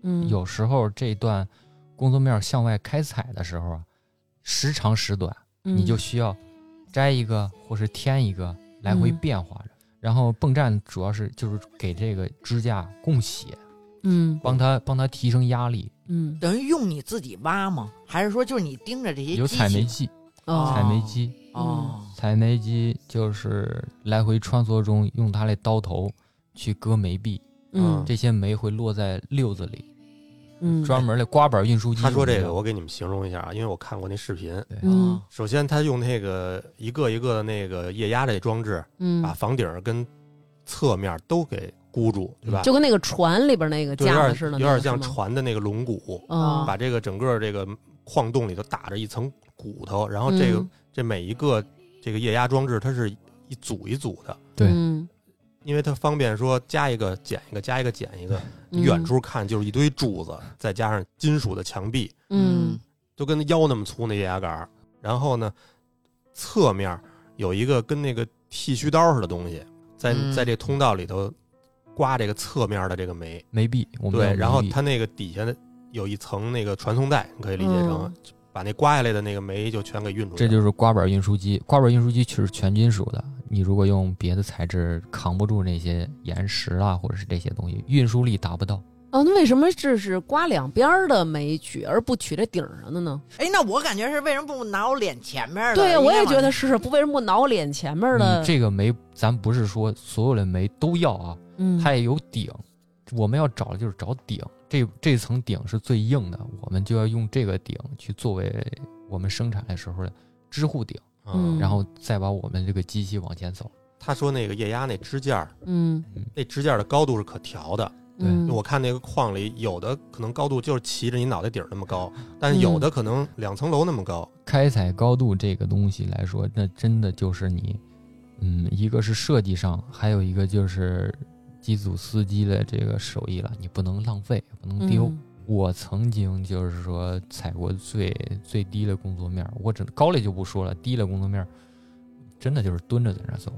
有时候这段工作面向外开采的时候啊，时长时短，你就需要摘一个或是添一个，来回变化着。然后泵站主要是就是给这个支架供血，帮它提升压力。 等于用你自己挖吗？还是说就是你盯着这些有采煤机？采煤机采煤机就是来回穿梭中用它的刀头去割煤壁，这些煤会落在溜子里，专门的刮板运输机。 他说这个我给你们形容一下啊，因为我看过那视频。首先他用那个一个一个的那个液压这装置，把房顶跟侧面都给箍住，对吧？ 就跟那个船里边那个架子似的， 有点像船的那个龙骨，把这个整个这个矿洞里头打着一层骨头，然后这每一个这个液压装置它是一组一组的， 对， 因为它方便说加一个减一个，加一个减一个，远处看就是一堆柱子，再加上金属的墙壁，就跟腰那么粗那液压杆，然后呢，侧面有一个跟那个剃须刀似的东西，在这通道里头刮这个侧面的这个煤壁， 对，然后它那个底下的有一层那个传送带，你可以理解成把那刮下来的那个煤就全给运出去。 这就是刮板运输机。刮板运输机其实全金属的，你如果用别的材质扛不住那些岩石啊，或者是这些东西，运输力达不到。 那为什么这是刮两边的煤取，而不取这顶上的呢？ 那我感觉是为什么不挠脸前面的？ 对呀，我也觉得是，不为什么不挠脸前面的？ 这个煤，咱不是说所有的煤都要啊，它也有顶，我们要找的就是找顶。这层顶是最硬的，我们就要用这个顶去作为我们生产的时候的支护顶，然后再把我们这个机器往前走。 他说那个液压那支架，那支架的高度是可调的。 对， 我看那个矿里有的可能高度就是骑着你脑袋顶那么高，但是有的可能2层楼那么高。 开采高度这个东西来说，那真的就是你，一个是设计上，还有一个就是机组司机的这个手艺了，你不能浪费，不能丢。我曾经就是说采过最低的工作面，我高了就不说了，低了工作面，真的就是蹲着在那走。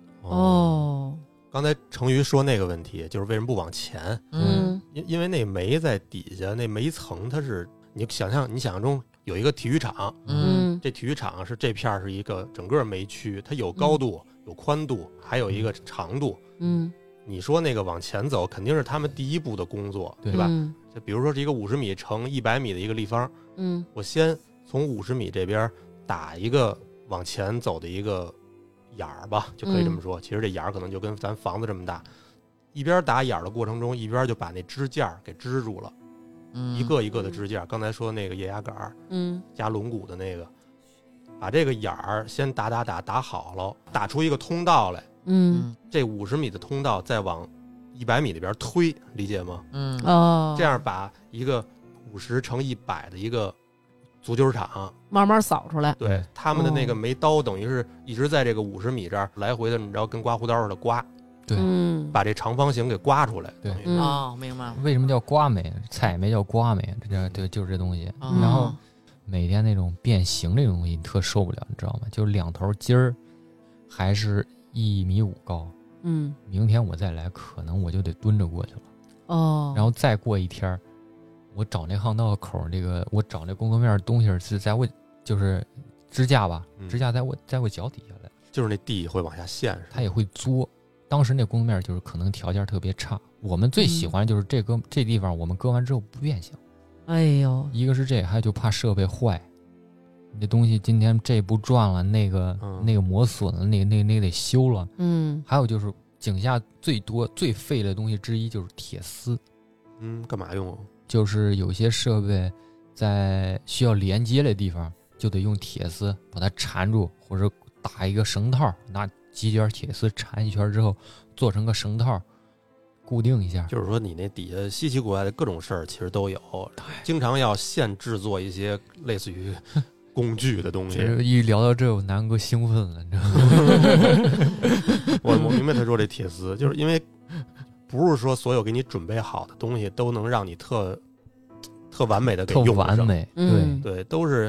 刚才成瑜说那个问题，就是为什么不往前？因为那煤在底下，那煤层它是你想象中有一个体育场，这体育场是这片是一个整个煤区，它有高度、有宽度，还有一个长度。你说那个往前走，肯定是他们第一步的工作，对吧？就比如说是一个50米乘100米的一个立方，我先从50米这边打一个往前走的一个眼儿吧，就可以这么说。其实这眼儿可能就跟咱房子这么大，一边打眼儿的过程中，一边就把那支架给支住了，一个一个的支架。刚才说那个液压杆，加龙骨的那个，把这个眼儿先打好了，打出一个通道来。这50米的通道再往100米那边推，理解吗？这样把一个50乘100的一个足球场慢慢扫出来。 对，他们的那个煤刀等于是一直在这个50米这儿来回的，你知道跟刮胡刀似的刮， 对， 把这长方形给刮出来。 对， 明白了。 为什么叫刮煤？采煤叫刮煤，对，就是这东西。然后每天那种变形这种东西你特受不了，你知道吗？就是两头筋儿还是1.5米高，明天我再来，可能我就得蹲着过去了。然后再过一天，我找那巷道口我找那工作面的东西是在我就是支架吧，支架在我脚底下来， 就是那地会往下陷， 它也会作。当时那工作面就是可能条件特别差，我们最喜欢的就是这地方，我们割完之后不变形。 哎呦， 一个是这，还有就怕设备坏。你这东西今天这不转了，那个磨损了，那得修了。还有就是井下最多最废的东西之一就是铁丝。 干嘛用？ 就是有些设备在需要连接的地方，就得用铁丝把它缠住，或者打一个绳套，拿几卷铁丝缠一圈之后，做成个绳套，固定一下。 就是说，你那底下稀奇古怪的各种事儿其实都有，经常要现制作一些类似于工具的东西。 一聊到这，我南哥兴奋了，你知道吗？ 我明白他说这铁丝，就是因为不是说所有给你准备好的东西都能让你特完美的给用上。 特完美， 对，都是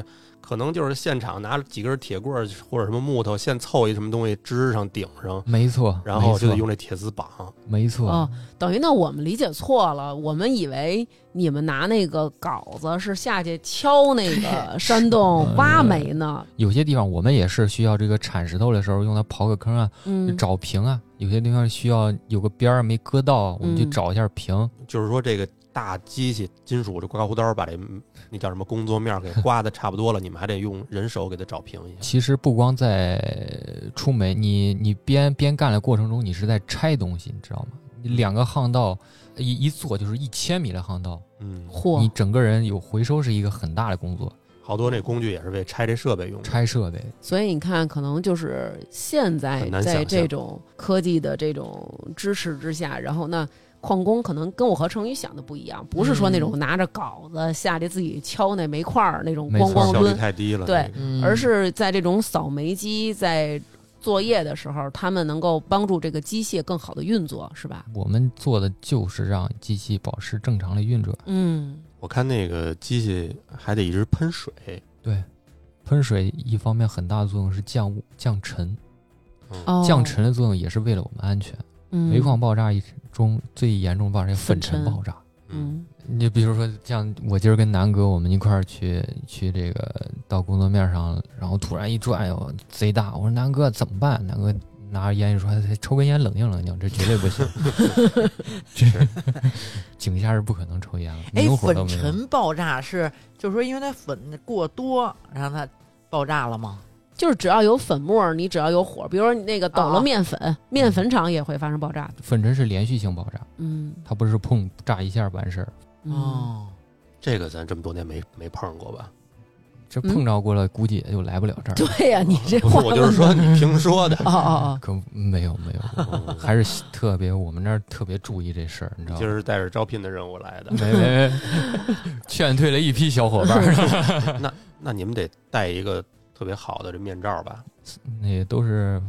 可能就是现场拿几根铁棍或者什么木头现凑一什么东西支上顶上， 没错， 然后就得用这铁丝绑， 没错。 哦，等于那我们理解错了，我们以为你们拿那个镐子是下去敲那个山洞挖煤呢。 有些地方我们也是需要这个铲石头的时候用它刨个坑啊，找平啊。有些地方需要有个边儿没割到，我们就找一下平。 就是说这个大机器金属这刮胡刀把这那叫什么工作面给刮的差不多了，你们还得用人手给它找平一下。 其实不光在出煤，你边干的过程中，你是在拆东西，你知道吗？你2个巷道一做就是1000米的巷道，你整个人有回收是一个很大的工作。 好多那工具也是为拆这设备用的， 拆设备。 所以你看，可能就是现在在这种科技的这种支持之下，然后呢，矿工可能跟我和成宇想的不一样，不是说那种拿着镐子下去自己敲那煤块儿那种咣咣抡， 效率太低了。 对，而是在这种扫煤机在作业的时候，他们能够帮助这个机械更好的运作，是吧？ 我们做的就是让机器保持正常的运转。 我看那个机器还得一直喷水。 对，喷水一方面很大的作用是降尘，降尘的作用也是为了我们安全。煤矿爆炸中最严重爆炸粉尘爆炸。你比如说像我今儿跟南哥我们一块儿去这个到工作面上，然后突然一转哟贼大，我说南哥怎么办？南哥拿着烟就说抽根烟冷静冷静，这绝对不行。井下是不可能抽烟了。 粉尘爆炸是就是说因为它粉过多然后它爆炸了吗？ 就是只要有粉末，你只要有火，比如说你那个抖了面粉，面粉厂也会发生爆炸的。 粉尘是连续性爆炸，它不是砰炸一下完事儿。 这个咱这么多年没碰过吧？ 这碰着过了，估计也就来不了这儿。 对呀，你这话我就是说你听说的。 可没有，还是特别我们那儿特别注意这事儿，你知道吗？ 就是带着招聘的任务来的。 没，劝退了一批小伙伴。 那你们得戴一个特别好的这面罩吧？ 那都是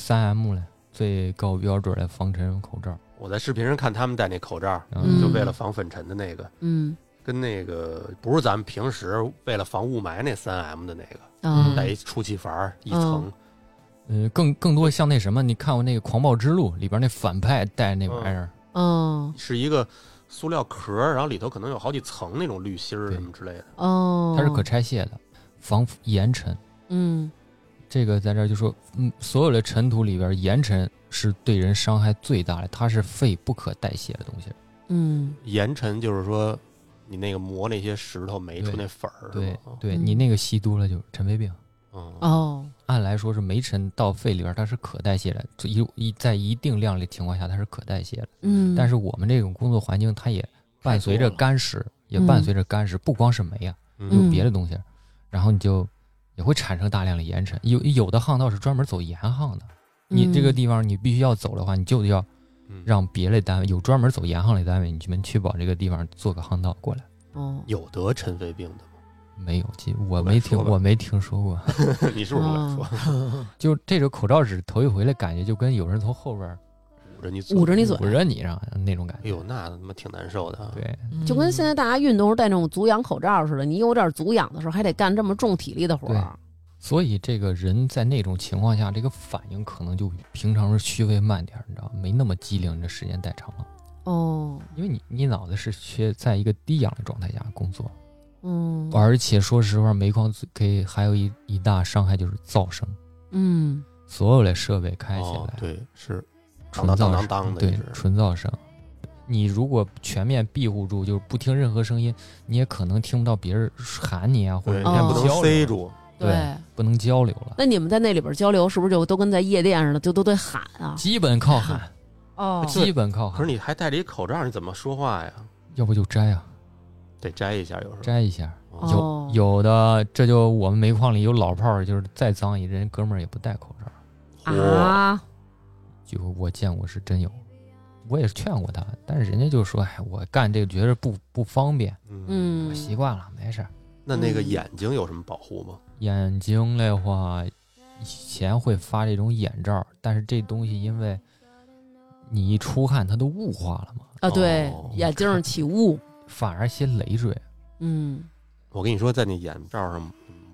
3M 的最高标准的防尘口罩。 我在视频上看他们戴那口罩，就为了防粉尘的那个。跟那个不是咱们平时为了防雾霾那3M 的那个，带一出气阀一层。 更多像那什么，你看过那个《狂暴之路》里边那反派带那玩意儿？ 是一个塑料壳，然后里头可能有好几层那种滤芯儿什么之类的。 它是可拆卸的，防盐尘。这个在这儿就说，所有的尘土里边，盐尘是对人伤害最大的，它是肺不可代谢的东西。 盐尘就是说。你那个磨那些石头没出那粉儿， 对，你那个吸多了就尘肺病。按来说是煤尘到肺里边它是可代谢的，在一定量的情况下它是可代谢的。但是我们这种工作环境它也伴随着干湿，不光是煤啊，有别的东西，然后你就也会产生大量的盐尘。有的巷道是专门走盐巷的，你这个地方你必须要走的话，你就要让别的单位有专门走盐巷的单位，你们确保这个地方做个巷道过来。 有得尘肺病的吗？ 没有，我没听说过。 你是不是不敢说？ 就这个口罩纸头一回来，感觉就跟有人从后边捂着你嘴， 捂着你上那种感觉。 哎呦，那他妈挺难受的。 对， 就跟现在大家运动时戴那种足氧口罩似的，你有点足氧的时候，还得干这么重体力的活儿。 所以这个人在那种情况下，这个反应可能就比平常是稍微慢点，你知道吗？没那么机灵，你这时间太长了。因为你脑子是在一个低氧的状态下工作。而且说实话，煤矿还有一大伤害就是噪声。所有的设备开起来， 对，是纯噪声， 当的， 对，纯噪声。你如果全面庇护住，就是不听任何声音，你也可能听不到别人喊你啊，或者你不能塞住。 对， 不能交流了。 那你们在那里边交流，是不是就都跟在夜店似的，就都得喊啊？ 基本靠喊。基本靠喊。 可是你还戴着一口罩，你怎么说话呀？ 要不就摘啊， 得摘一下，有时候摘一下。有的，这就我们煤矿里有老炮儿，就是再脏一人哥们儿也不戴口罩啊。 就我见过是真有，我也是劝过他，但是人家就说：“哎，我干这个觉得不方便，我习惯了，没事。” 那个眼睛有什么保护吗？ 眼睛的话，以前会发这种眼罩，但是这东西因为你一出汗，它都雾化了嘛。 对，眼镜上起雾， 反而些累赘。 我跟你说，在那眼罩上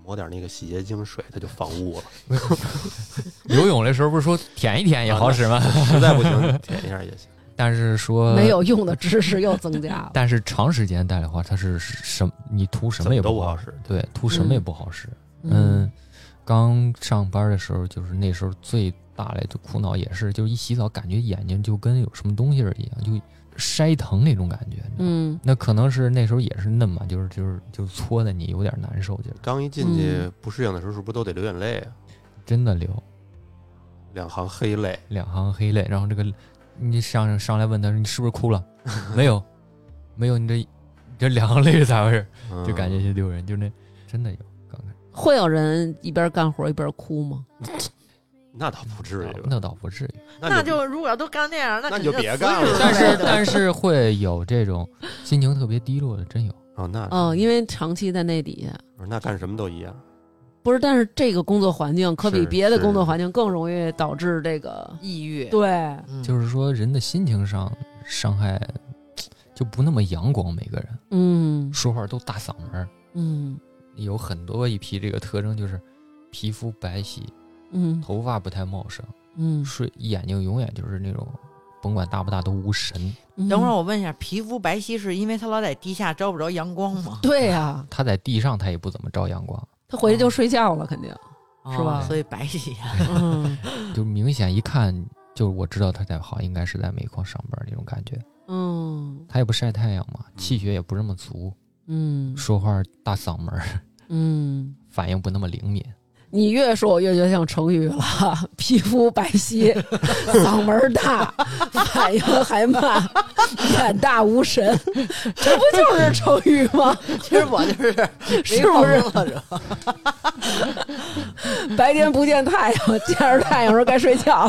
抹点那个洗洁精水，它就放污了。 游泳的时候不是说舔一舔也好使吗？ 实在不行舔一下也行。 但是说没有用的知识又增加了。 但是长时间戴的话，它是你涂什么也不好使，对，涂什么也不好使。刚上班的时候，就是那时候最大的苦恼也是，就是一洗澡感觉眼睛就跟有什么东西一样，就筛疼那种感觉。那可能是那时候也是嫩嘛，就是搓的你有点难受。就刚一进去不适应的时候，是不是都得流眼泪啊？ 真的流 ，2行黑泪 ，2行黑泪。然后这个你上来问他，你是不是哭了？没有，你这2行泪是咋回事？就感觉就丢人，就那真的有。刚才会有人一边干活一边哭吗？ 那倒不至于， 那倒不至于。 那就如果都干那样， 那就别干了。 但是会有这种心情特别低落的，真有。 因为长期在那底下， 那干什么都一样。 不是，但是这个工作环境可比别的工作环境更容易导致这个抑郁。 对， 就是说人的心情上伤害就不那么阳光，每个人，说话都大嗓门，有很多一批这个特征，就是皮肤白皙。头发不太茂盛，眼睛永远就是那种甭管大不大都无神。 等会儿我问一下，皮肤白皙是因为他老在地下照不着阳光吗？ 对呀， 他在地上他也不怎么照阳光， 他回去就睡觉了，肯定是吧？ 所以白皙就明显一看就我知道他应该是在煤矿上班那种感觉。他也不晒太阳嘛，气血也不这么足，说话大嗓门，反应不那么灵敏。 你越说我越觉得像成语了，皮肤白皙，嗓门大，反应还慢，眼大无神，这不就是成语吗？ 其实我就是是不是？白天不见太阳，见着太阳时候该睡觉。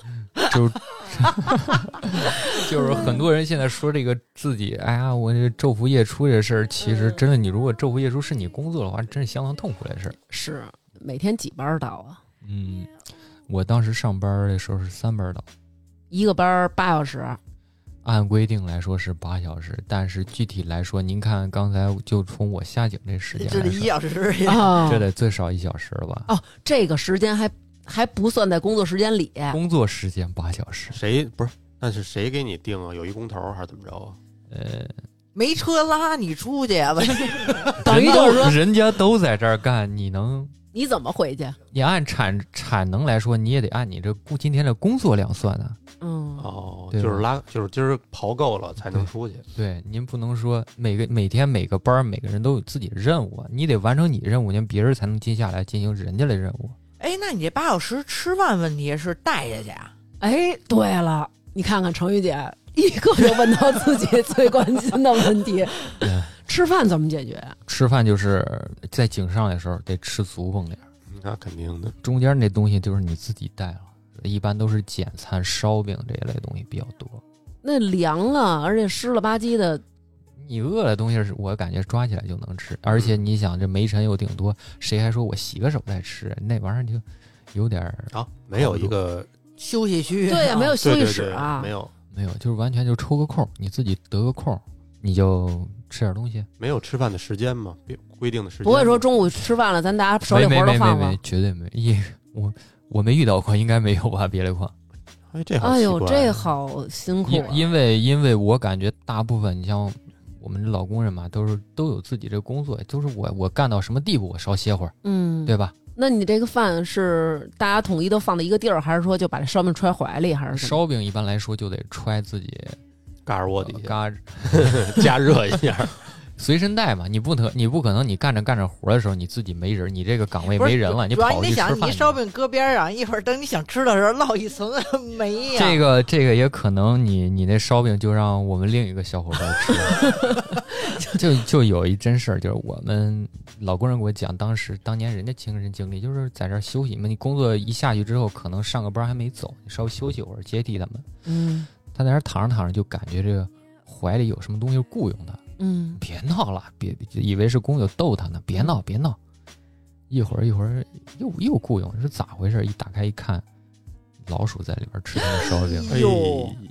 就是很多人现在说这个自己，哎呀，我这昼伏夜出这事儿，其实真的，你如果昼伏夜出是你工作的话，真是相当痛苦的事儿。 是。每天几班到啊？ 我当时上班的时候是3班到， 一个班8小时。 按规定来说是8小时，但是具体来说，您看刚才就从我下井这时间来说， 这得1小时这得最少1小时了吧？ 这个时间还不算在工作时间里。 工作时间8小时， 那是谁给你定啊？有一工头还是怎么着啊？ 没车拉你出去啊？ 等于就是说人家都在这儿干， 你怎么回去？ 你按产能来说，你也得按你这今天的工作量算啊。 就是今儿刨够了才能出去。 对，您不能说每天每个班每个人都有自己的任务，你得完成你的任务，别人才能接下来进行人家的任务。 那你这8小时吃饭问题是带下去啊？ 对了，你看看程玉姐一个就问到自己最关心的问题。吃饭怎么解决？ 吃饭就是在井上的时候得吃足蹦点， 那肯定的。 中间那东西就是你自己带了，一般都是简餐、烧饼这一类东西比较多。 那凉了，而且湿了吧唧的， 你饿的东西是我感觉抓起来就能吃，而且你想这煤尘又挺多，谁还说我洗个手再吃？那玩意儿就有点没有一个休息区， 对呀，没有休息室啊， 没有， 就是完全就抽个空，你自己得个空，你就吃点东西。 没有吃饭的时间吗？规定的时间？ 不会说中午吃饭了，咱大家手里活都放了？ 没，绝对没。我没遇到过，应该没有吧？别的矿。 这好辛苦。 因为我感觉大部分，你像我们老工人嘛，都有自己这个工作，就是我干到什么地步，我稍歇会儿，对吧？ 那你这个饭是大家统一都放在一个地儿，还是说就把这烧饼揣怀里，还是烧饼一般来说就得揣自己嘎儿窝底下， 加热一下。随身带嘛，你不可能你干着活的时候你自己没人，你这个岗位没人了，你跑去吃饭。 主要你得想，你烧饼搁边上，一会儿等你想吃的时候落一层煤呀。 这个也可能你那烧饼就让我们另一个小伙伴吃。就有一真事儿，就是我们老工人给我讲，当年人家亲身经历，就是在这儿休息嘛，你工作一下去之后，可能上个班还没走，你稍微休息会儿接替他们。他在那儿躺着就感觉这个怀里有什么东西雇佣他。别闹了，别以为是工友逗他呢，别闹，一会儿又雇佣，是咋回事？一打开一看，老鼠在里边吃那烧饼。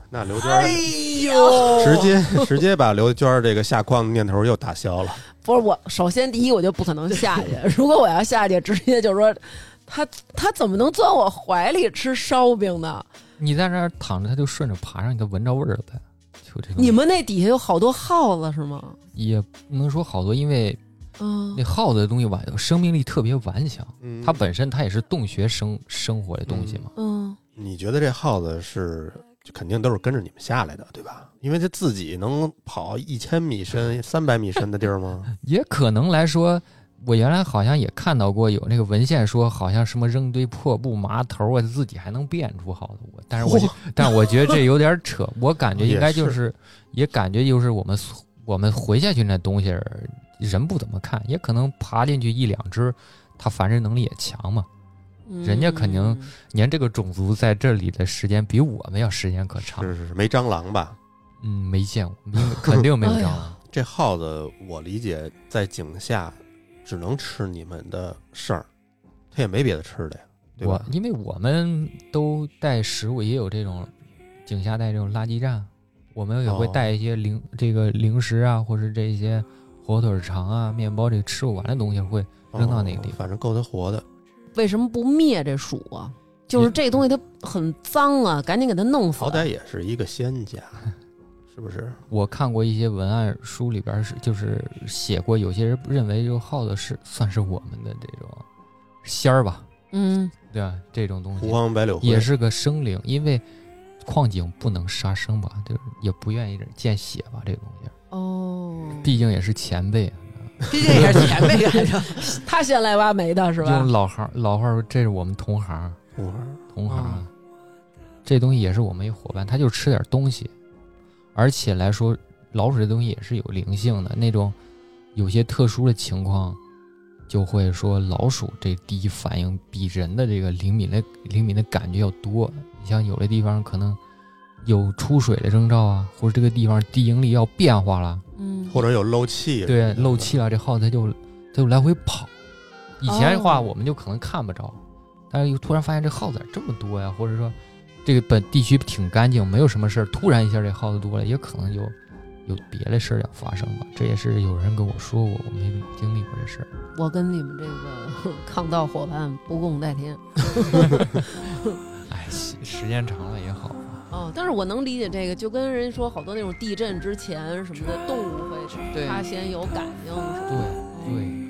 那刘娟， 哎呦， 直接把刘娟这个下矿的念头又打消了。 不是我，首先第一我就不可能下去，如果我要下去，直接就说他怎么能钻我怀里吃烧饼呢？ 你在那儿躺着，他就顺着爬上，你就闻着味儿了呗。就这种。 你们那底下有好多耗子是吗？ 也不能说好多，因为那耗子的东西生命力特别顽强，它本身它也是洞穴生活的东西嘛。 你觉得这耗子是肯定都是跟着你们下来的，对吧？因为它自己能跑1000米深、300米深的地儿吗？ 也可能来说，我原来好像也看到过有那个文献说，好像什么扔堆破布、麻头啊，自己还能变出耗子。但是我觉得这有点扯，我感觉应该也感觉就是我们回下去那东西人不怎么看，也可能爬进去1-2只，它繁殖能力也强嘛。人家肯定您这个种族在这里的时间比我们要时间可长。 是没蟑螂吧？ 没见过，肯定没有蟑螂。 这耗子我理解在井下只能吃你们的剩儿，它也没别的吃的呀，对吧？ 因为我们都带食物，也有这种井下带这种垃圾站，我们也会带一些零食啊，或者这些火腿肠啊、面包，这个吃不完的东西会扔到那个地方， 反正够它活的。 为什么不灭这鼠啊？就是这东西它很脏啊，赶紧给它弄死。 好歹也是一个仙家，是不是？我看过一些文案书里边就是写过，有些人认为这个耗子算是我们的这种仙儿吧，对吧？这种东西胡黄白柳也是个生灵，因为矿井不能杀生吧，就是也不愿意见血吧，这个东西毕竟也是前辈。 毕竟也是前辈来着， 他先来挖煤的是吧？ 用老话说，这是我们同行。这东西也是我们一伙伴，他就吃点东西，而且来说，老鼠这东西也是有灵性的。那种有些特殊的情况，就会说老鼠这第一反应比人的这个灵敏的感觉要多。你像有的地方可能有出水的征兆啊，或者这个地方地应力要变化了。 或者有漏气， 对，漏气了，这耗子它就来回跑。以前的话，我们就可能看不着，但是又突然发现这耗子这么多呀，或者说这个本地区挺干净，没有什么事儿，突然一下这耗子多了，也可能有别的事儿要发生吧。这也是有人跟我说过，我没经历过这事儿。 我跟你们这个抗盗伙伴不共戴天。 哎，时间长了也好。 但是我能理解这个，就跟人说好多那种地震之前什么的，动物会它先有感应，是吧？ 对。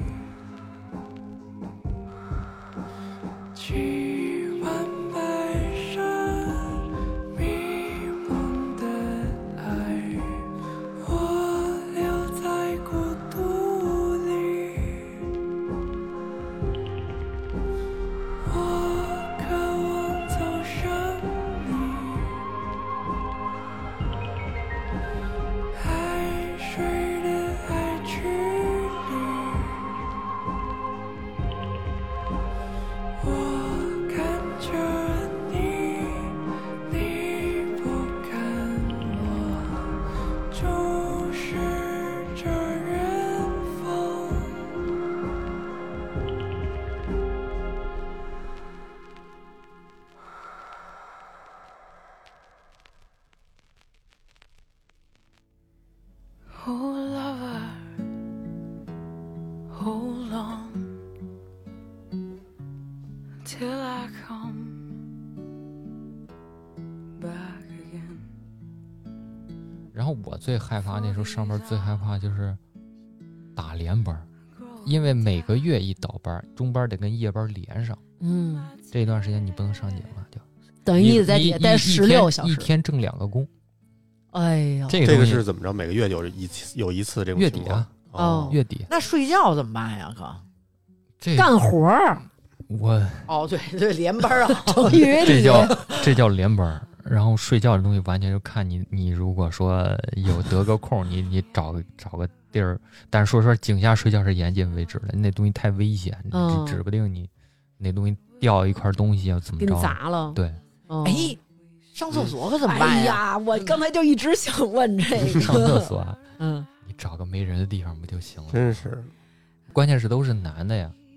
然后我最害怕那时候上班最害怕就是打连班，因为每个月一倒班，中班得跟夜班连上。这段时间你不能上井了，就等于你得在底下待16小时， 一天挣2个工。 哎呀， 这个是怎么着？每个月有一次这种月底啊，月底。 那睡觉怎么办呀？哥， 干活儿。 对，连班啊， 这叫连班。然后睡觉的东西完全就看你如果说有得个空，你找个地儿。但是说井下睡觉是严禁为止的，那东西太危险，指不定你那东西掉一块东西要怎么着， 给你砸了。 对， 上厕所可怎么办呀？ 哎呀，我刚才就一直想问这个。 上厕所，你找个没人的地方不就行了？ 真是， 关键是都是男的呀。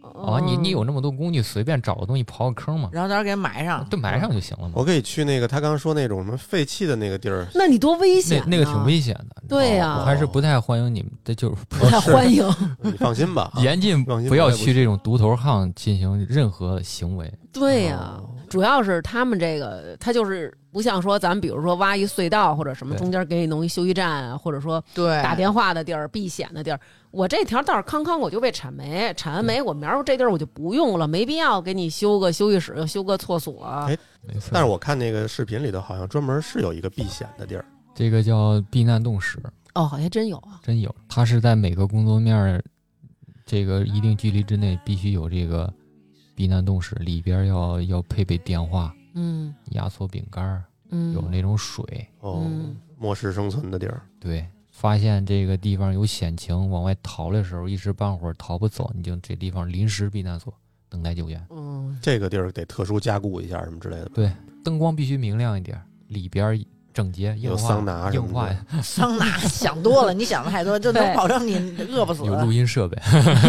啊，你有那么多工具，随便找个东西刨个坑嘛， 然后到时候给埋上， 对，埋上就行了嘛。 我可以去那个他刚说那种什么废弃的那个地儿， 那你多危险， 那个挺危险的。 对呀， 我还是不太欢迎你们的，就是不太欢迎。 你放心吧， 严禁不要去这种独头巷进行任何行为。 对呀，主要是他们这个，他就是不像说咱们比如说挖一隧道或者什么，中间给你弄一休息站啊，或者说打电话的地儿、避险的地儿。我这条道康康我就被铲没，铲完没，我明儿这地儿我就不用了，没必要给你修个休息室，修个厕所。 哎，但是我看那个视频里头好像专门是有一个避险的地儿， 这个叫避难洞室。 哦，好像真有啊， 真有。它是在每个工作面这个一定距离之内必须有这个避难洞室，里边要配备电话，压缩饼干，有那种水， 末世生存的地儿。 对。发现这个地方有险情，往外逃的时候，一时半会儿逃不走，你就这地方临时避难所等待救援。 这个地儿得特殊加固一下什么之类的。 对，灯光必须明亮一点，里边整洁， 有桑拿硬化。 桑拿想多了，你想的太多，就能保证你饿不死。 有录音设备。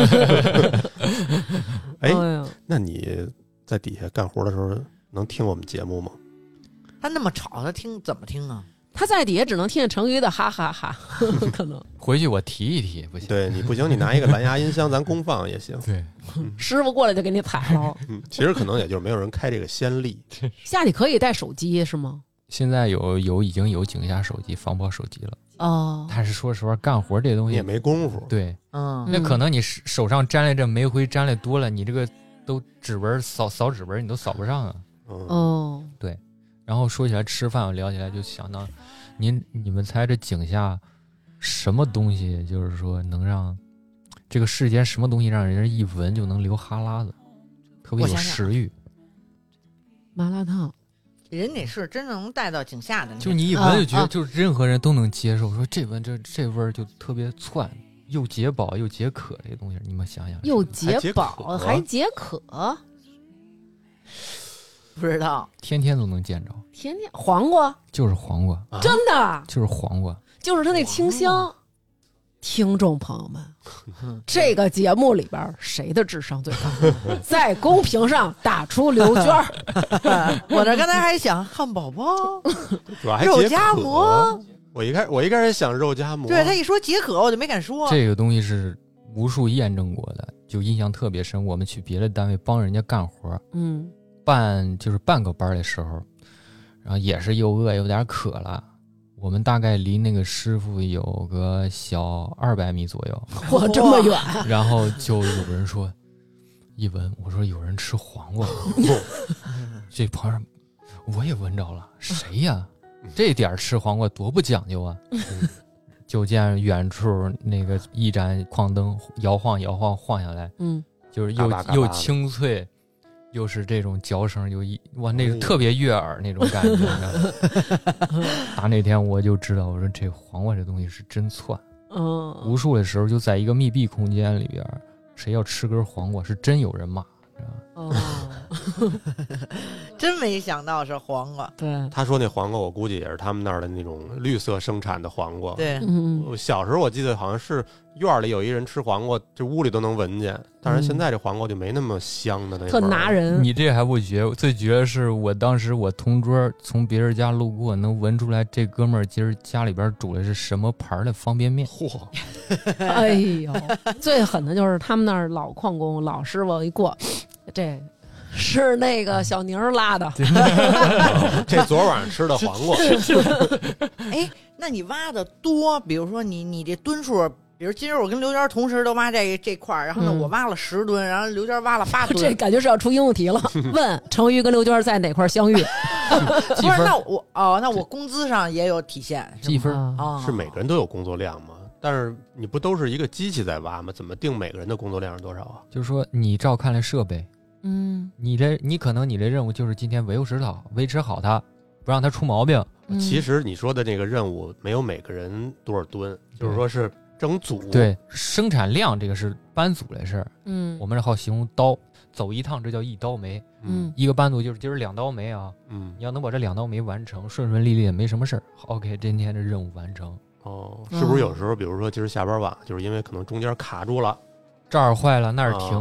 哎，那你在底下干活的时候能听我们节目吗？ 他那么吵，他怎么听啊？ 他在底下只能听见成语的哈哈哈，可能回去我提一提不行。 对你不行，你拿一个蓝牙音箱咱公放也行。 对， 师傅过来就给你踩了。 其实可能也就是没有人开这个先例。 下去可以带手机是吗？ 现在已经有井下手机、防爆手机了。 哦， 但是说实话，干活这东西你也没功夫。 对，那可能你手上沾来这煤灰沾来多了，你这个都指纹扫指纹你都扫不上啊。 哦， 对。然后说起来吃饭，我聊起来就想到，你们猜这井下什么东西，就是说能让这个世间什么东西让人一闻就能流哈喇子，特别有食欲？ 麻辣烫。 人得是真正能带到井下的， 就你一闻就觉得，就是任何人都能接受。说这闻这味儿就特别窜，又解饱又解渴，这东西你们想想， 又解饱还解渴。 不知道， 天天都能见着。 天天黄瓜就是黄瓜， 真的就是黄瓜， 就是它那清香。听众朋友们，这个节目里边谁的智商最高？在公屏上打出刘娟。 我这刚才还想汉堡包、 肉夹馍。 我一开始想肉夹馍， 对他一说解渴，我就没敢说。 这个东西是无数验证过的，就印象特别深。我们去别的单位帮人家干活，办个班的时候，然后也是又饿有点渴了。我们大概离那个师傅有个小200米左右， 哇，这么远！ 然后就有人说，一闻，我说有人吃黄瓜，这旁边我也闻着了，谁呀？这点吃黄瓜多不讲究啊！就见远处那个一盏矿灯摇晃摇晃晃下来，就是又清脆。又是这种嚼声，哇，那个特别悦耳那种感觉。打那天我就知道，我说这黄瓜这东西是真窜。无数的时候就在一个密闭空间里边，谁要吃根黄瓜，是真有人骂。 真没想到是黄瓜。 对， 他说那黄瓜，我估计也是他们那儿的那种绿色生产的黄瓜。 对， 我小时候我记得好像是院里有一人吃黄瓜，这屋里都能闻见。但是现在这黄瓜就没那么香的那味儿， 特拿人。 你这还不绝，最绝的是我当时我同桌从别人家路过，能闻出来这哥们儿今儿家里边煮的是什么牌的方便面。 嚯！ 哎呦，最狠的就是他们那儿老矿工老师傅一过，这是那个小宁拉的。 这昨晚上吃的黄瓜。 哎，那你挖的多，比如说你这吨数，比如今儿我跟刘娟同时都挖这块儿，然后呢我挖了10吨，然后刘娟挖了8吨， 这感觉是要出英语题了。问成瑜跟刘娟在哪块相遇？ 不是，那我工资上也有体现， 积分是每个人都有工作量吗？但是你不都是一个机器在挖吗？怎么定每个人的工作量是多少啊？ 就是说你照看了设备，你可能你这任务就是今天维持好它，不让它出毛病。 其实你说的这个任务没有每个人多少吨，就是说是整组。 对，生产量这个是班组的事儿。我们这好形容刀，走一趟这叫1刀煤。一个班组就是今儿2刀煤啊。你要能把这2刀煤完成，顺顺利利也没什么事儿。OK， 今天的任务完成。 是不是有时候，比如说今儿下班晚，就是因为可能中间卡住了， 这儿坏了那儿停了，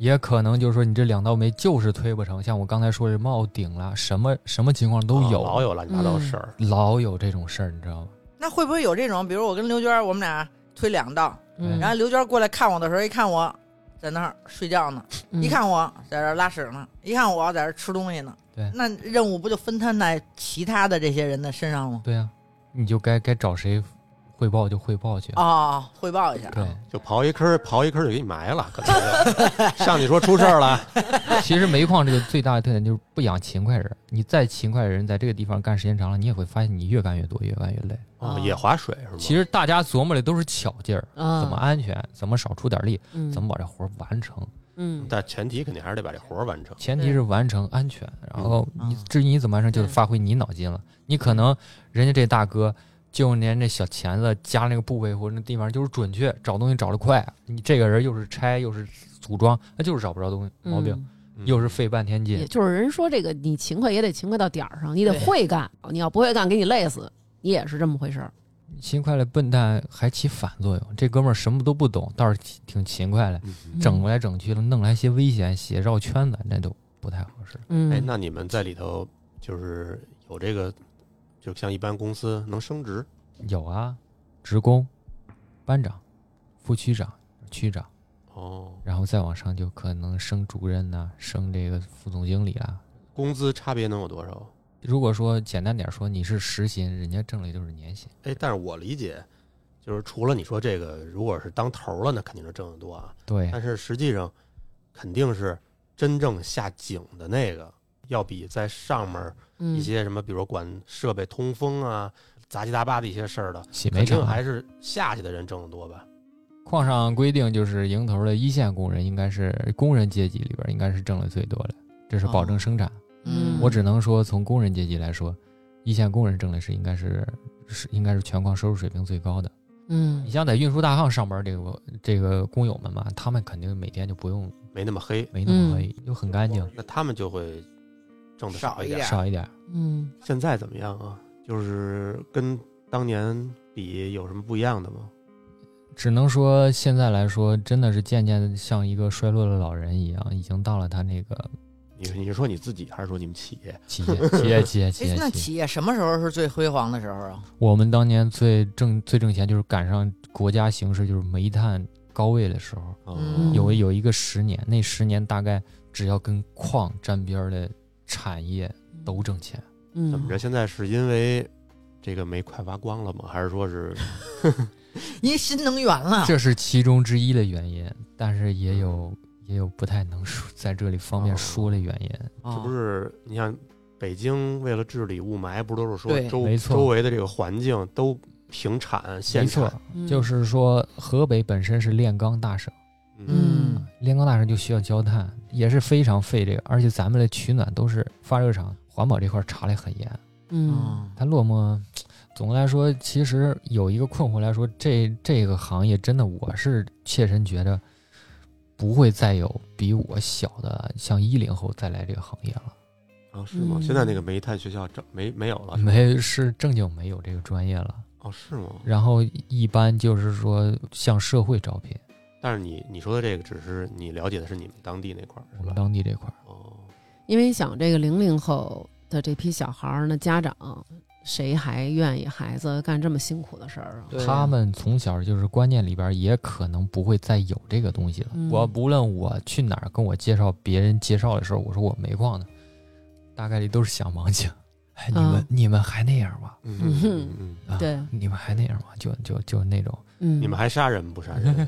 也可能就是说你这2道煤就是推不成，像我刚才说的冒顶了，什么情况都有， 老有乱七八糟事儿， 老有这种事儿，你知道吗？ 那会不会有这种，比如我跟刘娟我们俩推2道，然后刘娟过来看我的时候，一看我在那儿睡觉呢，一看我在这儿拉屎呢，一看我在这儿吃东西呢， 对， 那任务不就分摊在其他的这些人的身上了吗？ 对啊，你就该找谁汇报就汇报去汇报一下， 对， 就刨一坑就给你埋了，可能上去说出事儿了。 其实煤矿这个最大的特点就是不养勤快人，你再勤快的人在这个地方干时间长了，你也会发现你越干越多，越干越累。 也划水是吗？ 其实大家琢磨的都是巧劲儿，怎么安全，怎么少出点力，怎么把这活完成。 但前提肯定还是得把这活完成。 前提是完成安全，然后至于你怎么完成，就是发挥你脑筋了。你可能人家这大哥就连这小钳子夹那个部位或者那地方就是准确，找东西找得快。你这个人又是拆又是组装，那就是找不着东西毛病，又是费半天劲。 也就是人说这个你勤快也得勤快到点儿上，你得会干，你要不会干给你累死，你也是这么回事儿。 勤快的笨蛋还起反作用，这哥们儿什么都不懂，倒是挺勤快的，整来整去了，弄来些危险，写绕圈子，那都不太合适。 那你们在里头就是有这个，就像一般公司能升职？ 有啊，职工、班长、副区长、区长，然后再往上就可能升主任呐，升这个副总经理啊。 工资差别能有多少？ 如果说简单点说，你是时薪，人家挣的就是年薪。 但是我理解，就是除了你说这个，如果是当头了，那肯定是挣得多啊。 对。 但是实际上，肯定是真正下井的那个，要比在上面一些什么，比如说管设备通风啊、杂七杂八的一些事儿的，肯定还是下去的人挣得多吧。 矿上规定就是营头的一线工人应该是工人阶级里边应该是挣的最多的，这是保证生产。我只能说从工人阶级来说，一线工人挣的是应该是全矿收入水平最高的。你像在运输大夯上班这个工友们嘛，他们肯定每天就不用没那么黑， 就很干净， 那他们就会挣的少一点。现在怎么样啊？就是跟当年比有什么不一样的吗？ 只能说现在来说，真的是渐渐的像一个衰落的老人一样，已经到了他那个。 你是说你自己还是说你们企业？ 企业。 那企业什么时候是最辉煌的时候啊？ 我们当年最挣钱就是赶上国家形势就是煤炭高位的时候，有一个10年，那10年大概只要跟矿沾边的产业都挣钱。 怎么着？现在是因为这个煤快挖光了吗？还是说是因为新能源了？ 这是其中之一的原因，但是也有不太能说在这里方便说的原因。 是不是你像北京为了治理雾霾，不都是说周围的这个环境都平产限产？ 没错，就是说河北本身是炼钢大省，炼钢大省就需要焦炭，也是非常费这个，而且咱们的取暖都是发热厂，环保这块查得很严。它落寞。总的来说，其实有一个困惑来说，这个行业真的，我是切身觉得不会再有比我小的像10后再来这个行业了。 是吗？现在那个煤炭学校没有了， 是正经没有这个专业了。 是吗？ 然后一般就是说向社会招聘。 但是你说的这个只是你了解的是你们当地那块儿， 我们当地这块儿。 因为想这个00后的这批小孩儿呢，家长谁还愿意孩子干这么辛苦的事儿啊？ 他们从小就是观念里边也可能不会再有这个东西了。我无论我去哪儿跟我别人介绍的时候，我说我煤矿的，大概率都是想盲情。你们还那样吗？ 对， 你们还那样吗？就那种， 你们还杀人不杀人？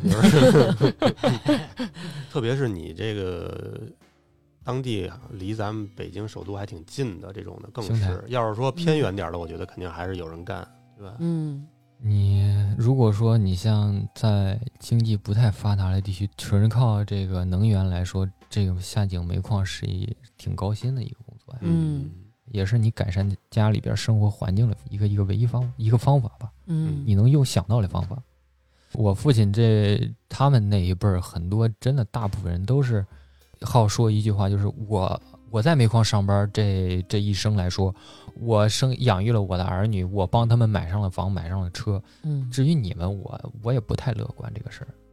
特别是你这个。当地离咱们北京首都还挺近的，这种的更是。要是说偏远点的，我觉得肯定还是有人干，对吧？ 你如果说你像在经济不太发达的地区，纯靠这个能源来说，这个下井煤矿是挺高薪的一个工作呀。也是你改善家里边生活环境的一个唯一个方法吧。你能用想到的方法。我父亲他们那一辈儿，很多真的大部分人都是。好说一句话，就是我在煤矿上班这一生来说，我养育了我的儿女，我帮他们买上了房，买上了车。至于你们，我也不太乐观这个事儿。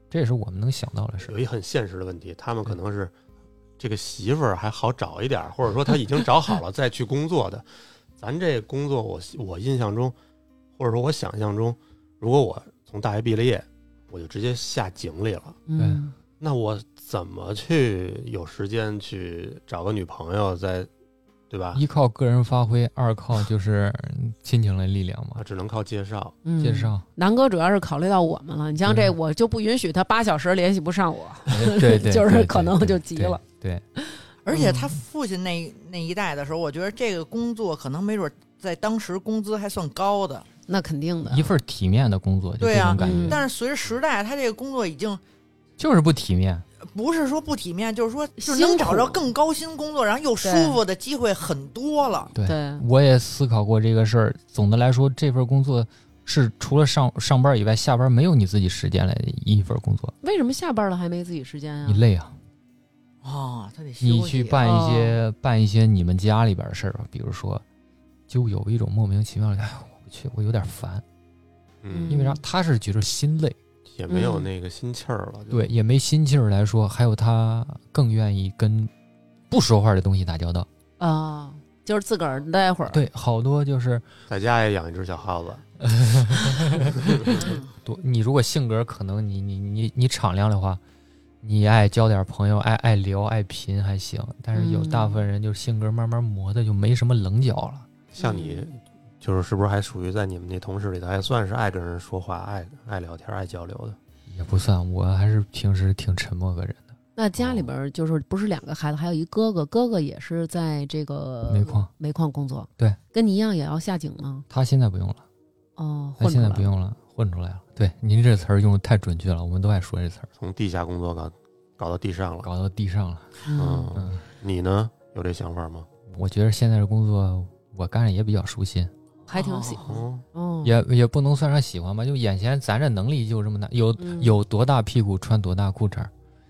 这也是我们能想到的事。 有一很现实的问题，他们可能是这个媳妇儿还好找一点，或者说他已经找好了再去工作的。咱这工作我印象中，或者说我想象中，如果我从大学毕了业，我就直接下井里了。那我怎么去有时间去找个女朋友再，对吧？ 一靠个人发挥，二靠就是亲情的力量嘛， 只能靠介绍。 介绍。 南哥主要是考虑到我们了，你像这我就不允许他8小时联系不上我， 对， 就是可能就急了。 对。 而且他父亲那一代的时候，我觉得这个工作可能没准在当时工资还算高的， 那肯定的， 一份体面的工作，就这种感觉。 但是随着时代，他这个工作已经就是不体面， 不是说不体面，就是说就是能找着更高薪工作，然后又舒服的机会很多了。 对，我也思考过这个事儿。总的来说，这份工作是除了上班以外，下班没有你自己时间来的一份工作。 为什么下班了还没自己时间啊？ 你累啊。 他得休息。 你去办一些你们家里边的事儿吧，比如说，就有一种莫名其妙的，我有点烦，因为啥？他是觉得心累， 也没有那个心气儿了， 对，也没心气儿来说，还有他更愿意跟不说话的东西打交道啊，就是自个儿待会儿。 对，好多就是在家也养一只小耗子。 你如果性格可能你敞亮的话。你爱交点朋友，爱聊，爱贫还行，但是有大部分人就性格慢慢磨的就没什么棱角了。 像你，是不是还属于在你们那同事里头，还算是爱跟人说话、爱聊天、爱交流的？ 也不算，我还是平时挺沉默个人的。 那家里边就是不是2个孩子，还有一哥哥，哥哥也是在这个煤矿工作， 对， 跟你一样也要下井吗？ 他现在不用了。 他现在不用了。混出来了，对，您这词儿用的太准确了，我们都爱说这词儿。 从地下工作搞到地上了，你呢？有这想法吗？ 我觉得现在的工作我干着也比较舒心， 还挺喜欢。 也不能算上喜欢吧，就眼前咱这能力就这么大，有多大屁股穿多大裤衩。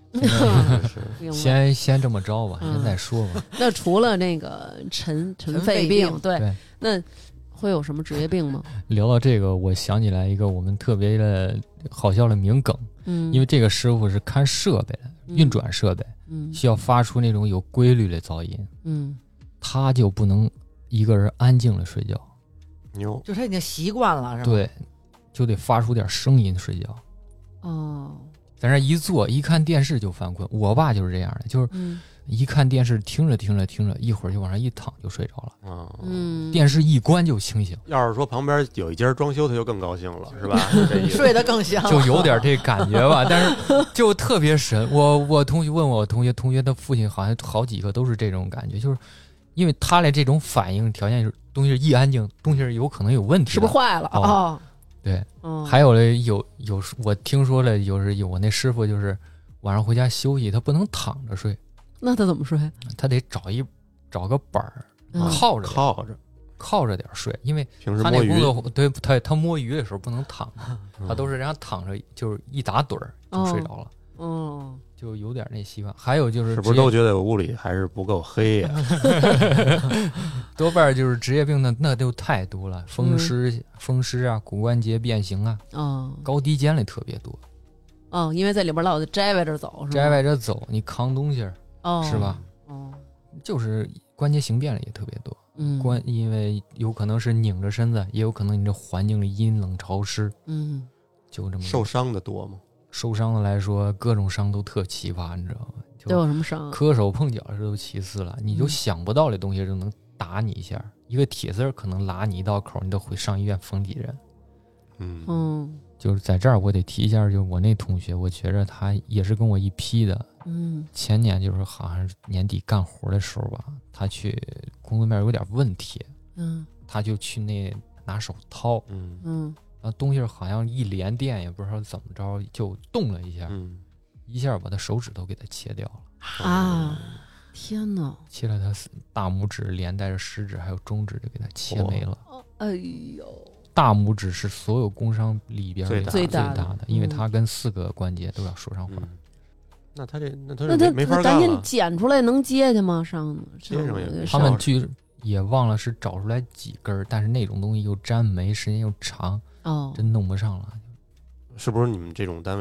先这么着吧，先再说吧。 那除了那个尘肺病，对，那会有什么职业病吗？ 聊到这个，我想起来一个我们特别的好笑的名梗。因为这个师傅是看设备的，运转设备，需要发出那种有规律的噪音。他就不能一个人安静的睡觉。 牛， 就他已经习惯了，是吧？ 对，就得发出点声音睡觉。在那一坐，一看电视就犯困。我爸就是这样的，就是一看电视，听着，一会儿就往上一躺就睡着了。电视一关就清醒。 要是说旁边有一间装修，他就更高兴了，是吧？ 睡得更香， 就有点这感觉吧。但是就特别神。我同学问我同学的父亲好像好几个都是这种感觉，就是因为他的这种反应条件是东西一安静，东西是有可能有问题的， 是不是坏了？ 对，还有的有我听说了，有我那师傅就是晚上回家休息，他不能躺着睡。 那他怎么睡？ 他得找个板儿，靠着点睡，因为他那工作，对他摸鱼的时候不能躺，他都是让躺着，就是一打盹儿就睡着了。就有点那习惯。还有就是， 是不是都觉得屋里还是不够黑呀？ 多半就是职业病那就太多了，风湿啊，骨关节变形啊，高低肩的特别多。 因为在里边老得摘歪着走， 摘歪着走，你扛东西是吧？就是关节形变的也特别多。因为有可能是拧着身子，也有可能你这环境里阴冷潮湿。就这么受伤的多吗？ 受伤的来说，各种伤都特奇葩，你知道吗？ 都有什么伤？ 磕手碰脚这都其次了，你就想不到的东西就能打你一下，一个铁丝可能拉你一道口，你都会上医院缝几人。就是在这儿我得提一下，就我那同学，我觉着他也是跟我一批的。前年就是好像是年底干活的时候吧，他去工作面有点问题。他就去那拿手掏。东西好像一连电也不知道怎么着就动了一下，一下把他手指头给他切掉了。 天哪！ 切了他大拇指，连带着食指还有中指就给他切没了。 哎呦！ 大拇指是所有工伤里边最大的，因为它跟4个关节都要说上话。 那他没法干了。赶紧剪出来能接去吗？ 他们也忘了是找出来几根，但是那种东西又粘没，时间又长，真弄不上了。 是不是你们这种单位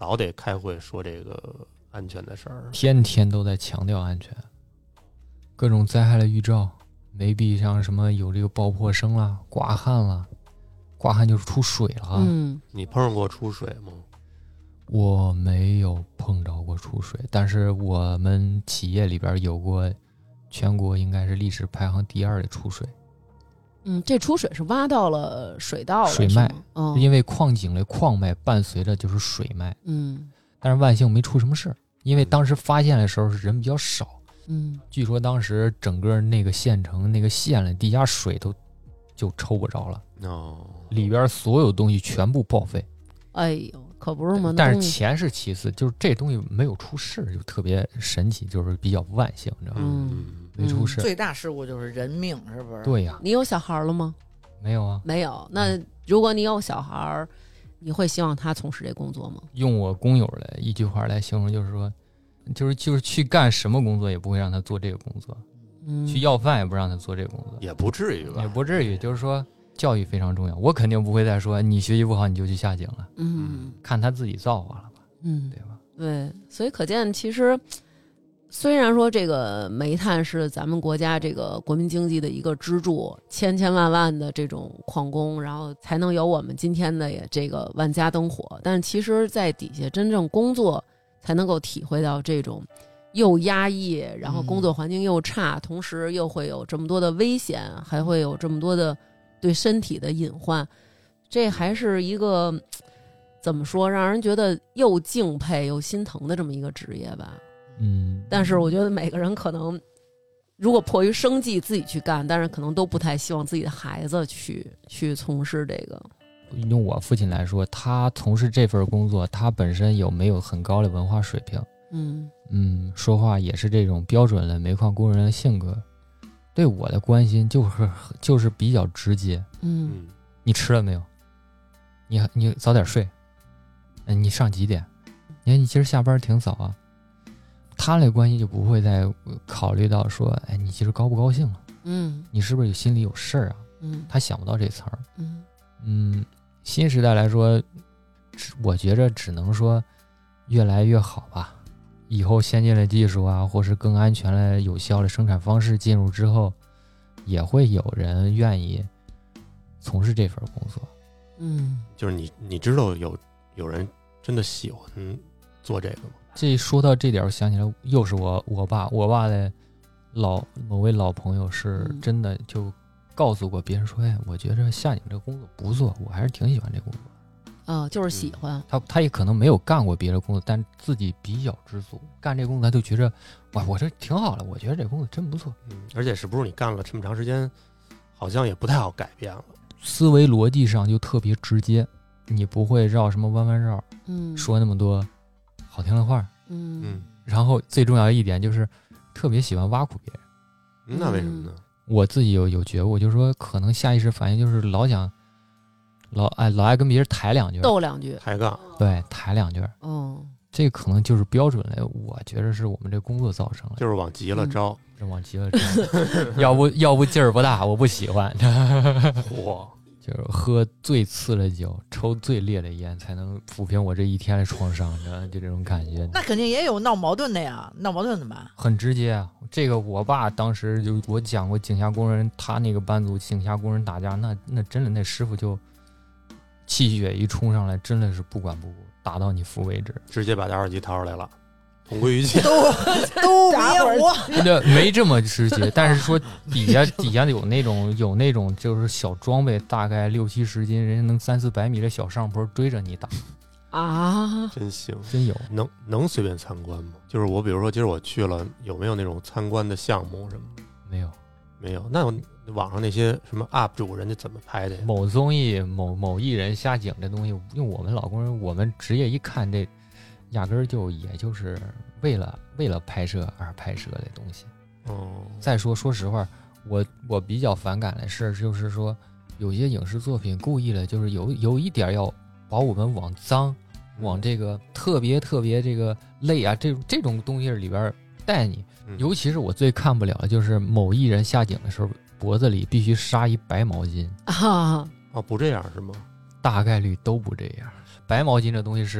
老得开会说这个安全的事儿， 天天都在强调安全，各种灾害的预兆，没必像什么有这个爆破声了、刮旱了，刮旱就是出水了。 你碰上过出水吗？ 我没有碰着过出水，但是我们企业里边有过全国应该是历史排行第2的出水。 这出水是挖到了水道了， 水脉，因为矿井的矿脉伴随着就是水脉。但是万幸没出什么事，因为当时发现的时候是人比较少。据说当时整个那个县城那个县的地下水都就抽不着了，里边所有东西全部报废。 哎呦，可不是吗？ 但是钱是其次，就是这东西没有出事，就特别神奇，就是比较万幸，你知道吗？没出事。 最大事故就是人命，是不是？ 对呀。 你有小孩了吗？ 没有啊。 没有。那如果你有小孩，你会希望他从事这工作吗？ 用我工友的一句话来形容，就是说，就是去干什么工作也不会让他做这个工作，去要饭也不让他做这个工作， 也不至于吧？ 也不至于，就是说教育非常重要。我肯定不会再说你学习不好你就去下井了，看他自己造化了吧，对吧？ 对，所以可见其实。虽然说这个煤炭是咱们国家这个国民经济的一个支柱，千千万万的这种矿工，然后才能有我们今天的也这个万家灯火，但其实在底下真正工作才能够体会到这种又压抑，然后工作环境又差，同时又会有这么多的危险，还会有这么多的对身体的隐患，这还是一个怎么说让人觉得又敬佩又心疼的这么一个职业吧。但是我觉得每个人可能如果迫于生计自己去干，但是可能都不太希望自己的孩子去从事这个。 用我父亲来说，他从事这份工作，他本身有没有很高的文化水平，说话也是这种标准的煤矿工人的性格，对我的关心就是比较直接。你吃了没有？你早点睡。你上几点？你今儿下班挺早啊。他那关系就不会再考虑到说，你其实高不高兴了？你是不是心里有事儿啊？他想不到这词儿。新时代来说，我觉着只能说越来越好吧。以后先进的技术啊，或是更安全的、有效的生产方式进入之后，也会有人愿意从事这份工作。 就是你知道有人真的喜欢做这个吗？ 这说到这点，我想起来，又是我爸的某位老朋友是真的就告诉过别人说，我觉着下井这个工作不错，我还是挺喜欢这工作。 就是喜欢。 他也可能没有干过别的工作，但自己比较知足，干这工作他就觉着，哇，我这挺好的，我觉得这工作真不错。 而且是不是你干了这么长时间，好像也不太好改变了。 思维逻辑上就特别直接，你不会绕什么弯弯绕，说那么多好听的话，然后最重要的一点就是特别喜欢挖苦别人。那为什么呢？ 我自己有觉悟，就是说可能下意识反应就是老爱跟别人抬两句， 斗两句， 抬杠， 对，抬两句。这可能就是标准的，我觉得是我们这工作造成了， 就是往急了招， 往急了招。要不劲儿不大，我不喜欢。 嚯！ 就是喝最次的酒，抽最烈的烟，才能抚平我这一天的创伤，就这种感觉。 那肯定也有闹矛盾的呀，闹矛盾的吧？ 很直接啊，这个我爸当时就我讲过，井下工人他那个班组井下工人打架，那真的那师傅就气血一冲上来，真的是不管不顾，打到你服为止， 直接把打火机掏出来了。同归于尽， 都别我没这么直接，但是说底下有那种就是小装备，大概60-70斤，人家能300-400米的小上坡追着你打啊！ 真行， 真有。 能随便参观吗？就是我比如说今儿我去了，有没有那种参观的项目什么的？没有。那网上那些什么 UP 主人家怎么拍的呀？ 某综艺某艺人下井这东西，用我们老工人，我们职业一看这。压根儿也就是为了拍摄而拍摄的东西。再说实话，我比较反感的是，就是说有些影视作品故意的，就是有一点要把我们往脏，往这个特别这个累啊，这种东西里边带你。尤其是我最看不了的就是某艺人下井的时候，脖子里必须纱一白毛巾啊！ 不这样是吗？ 大概率都不这样。白毛巾这东西是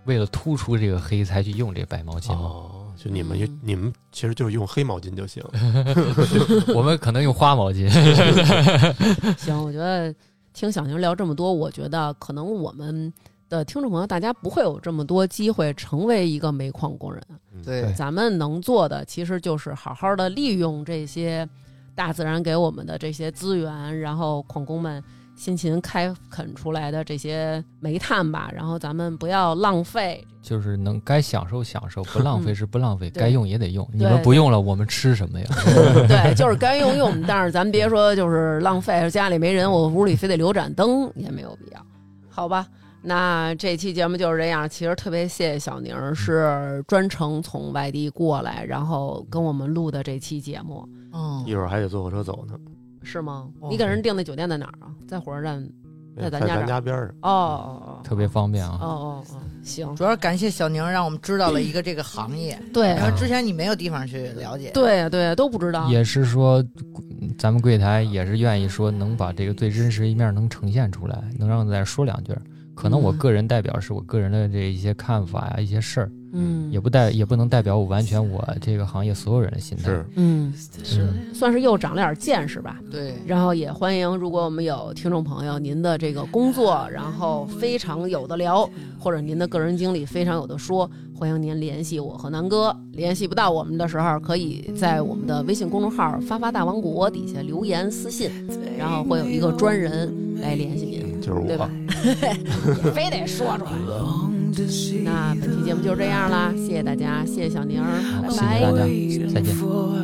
为了突出这个黑才去用这个白毛巾就你们其实就是用黑毛巾就行， 我们可能用花毛巾。 行，我觉得听小宁聊这么多，我觉得可能我们的听众朋友大家不会有这么多机会成为一个煤矿工人。 对， 咱们能做的其实就是好好的利用这些大自然给我们的这些资源，然后矿工们辛勤开垦出来的这些煤炭吧，然后咱们不要浪费， 就是能该享受享受，不浪费是不浪费，该用也得用。你们不用了，我们吃什么呀？ 对，就是该用用，但是咱别说就是浪费，家里没人，我屋里非得留盏灯也没有必要，好吧？那这期节目就是这样，其实特别谢谢小宁，是专程从外地过来，然后跟我们录的这期节目。 一会儿还得坐火车走呢。 是吗？你给人订的酒店在哪儿啊？在火车站，在咱家边上。 哦， 特别方便啊。 哦，行。 主要感谢小宁，让我们知道了一个这个行业。 对， 然后之前你没有地方去了解。 对，都不知道。 也是说，咱们柜台也是愿意说，能把这个最真实一面能呈现出来，能让大家说两句。可能我个人代表是我个人的这一些看法呀，一些事儿，也不能代表我完全我这个行业所有人的心态， 是，算是又长了点见识吧。 对， 然后也欢迎，如果我们有听众朋友，您的这个工作，然后非常有的聊，或者您的个人经历非常有的说，欢迎您联系我和南哥。联系不到我们的时候，可以在我们的微信公众号“发发大王国”底下留言私信，然后会有一个专人来联系您， 就是我， 对吧？也非得说出来。那本期节目就是这样啦，谢谢大家，谢谢小宁，拜拜， 谢谢大家，再见。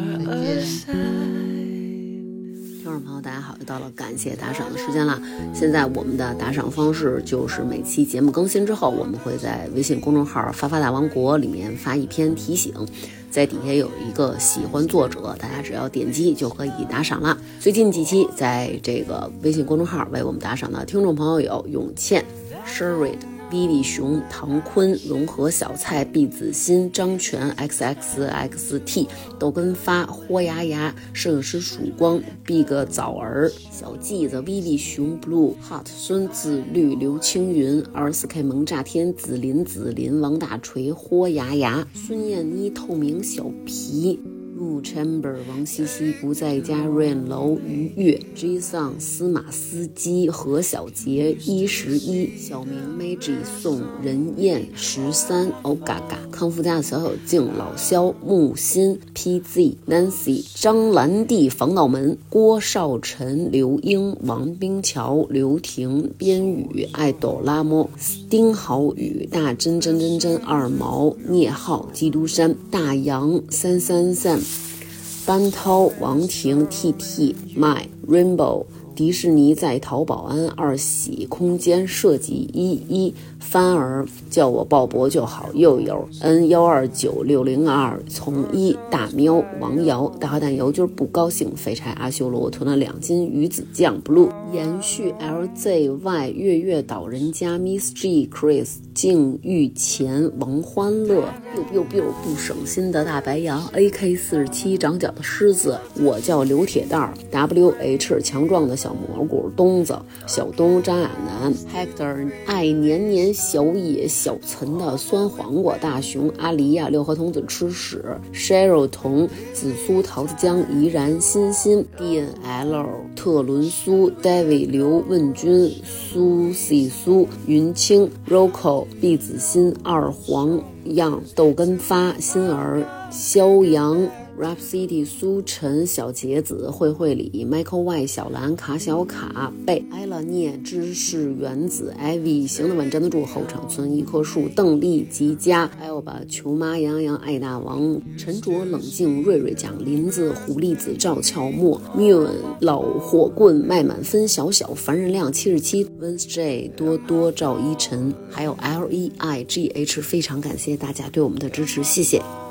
听众朋友大家好，又到了感谢打赏的时间了。现在我们的打赏方式就是每期节目更新之后，我们会在微信公众号“发发大王国”里面发一篇提醒，在底下有一个喜欢作者，大家只要点击就可以打赏了。最近几期在这个微信公众号为我们打赏的听众朋友有永倩、Sherry、比利熊、唐坤、融合小菜、毕子欣、张全、XXXT、豆根发、豁牙牙、摄影师曙光、Big 枣儿、小季子、比利熊、Blue Hot、孙自律、刘青云、24K 萌炸天、紫林、王大锤、豁牙牙、孙燕妮、透明小皮、陆 Chamber、王西西不在家、Rain 楼、于越、G 桑、司马司机、何小杰、111、小明、Magic、宋任燕、13、欧嘎嘎、康复家的小小静、老肖、木心、PZ、Nancy、张兰娣、防盗门、郭少晨、刘英、王冰桥、刘婷、边宇、爱朵拉莫、丁豪宇、大真二毛、聂浩、基督山、大洋、333、班涛、王婷、TT、麦、Rainbow、迪士尼在淘宝安、二喜、空间设计11、帆儿、叫我鲍勃就好、佑佑、N129602、从一、大喵、王瑶、大花蛋油就是不高兴、废柴阿修罗，我囤了2斤鱼子酱 Blue、延续 LZY、月岛人家 Miss G、Chris、静玉前、王欢乐、不省心的大白羊、AK47 长脚的狮子，我叫刘铁蛋、WH 强壮的小蘑菇、东子、小东、张亚楠、Hector、爱年年、小野、小岑的酸黄瓜、大熊、阿狸呀、六合童子吃屎、Cheryl 童、紫苏、桃子江、怡然、欣欣、DNL、特伦苏、David 刘、问君、苏西苏、云清、Rocco、毕子欣、二黄样、豆根发、欣儿、肖阳、Rap City、苏晨、小茄子、慧里、Michael Y、小兰、卡小卡、贝、埃勒涅、知识原子、Ivy、行得稳站得住、后场村一棵树、邓丽、吉佳、Elba、球妈、杨爱大王、沉着冷静、瑞讲、林子、狐狸子、赵俏墨、Mune、老火棍、麦满分、小凡人亮、77、Vince J、多、赵一晨，还有 LEIGH，非常感谢大家对我们的支持，谢谢。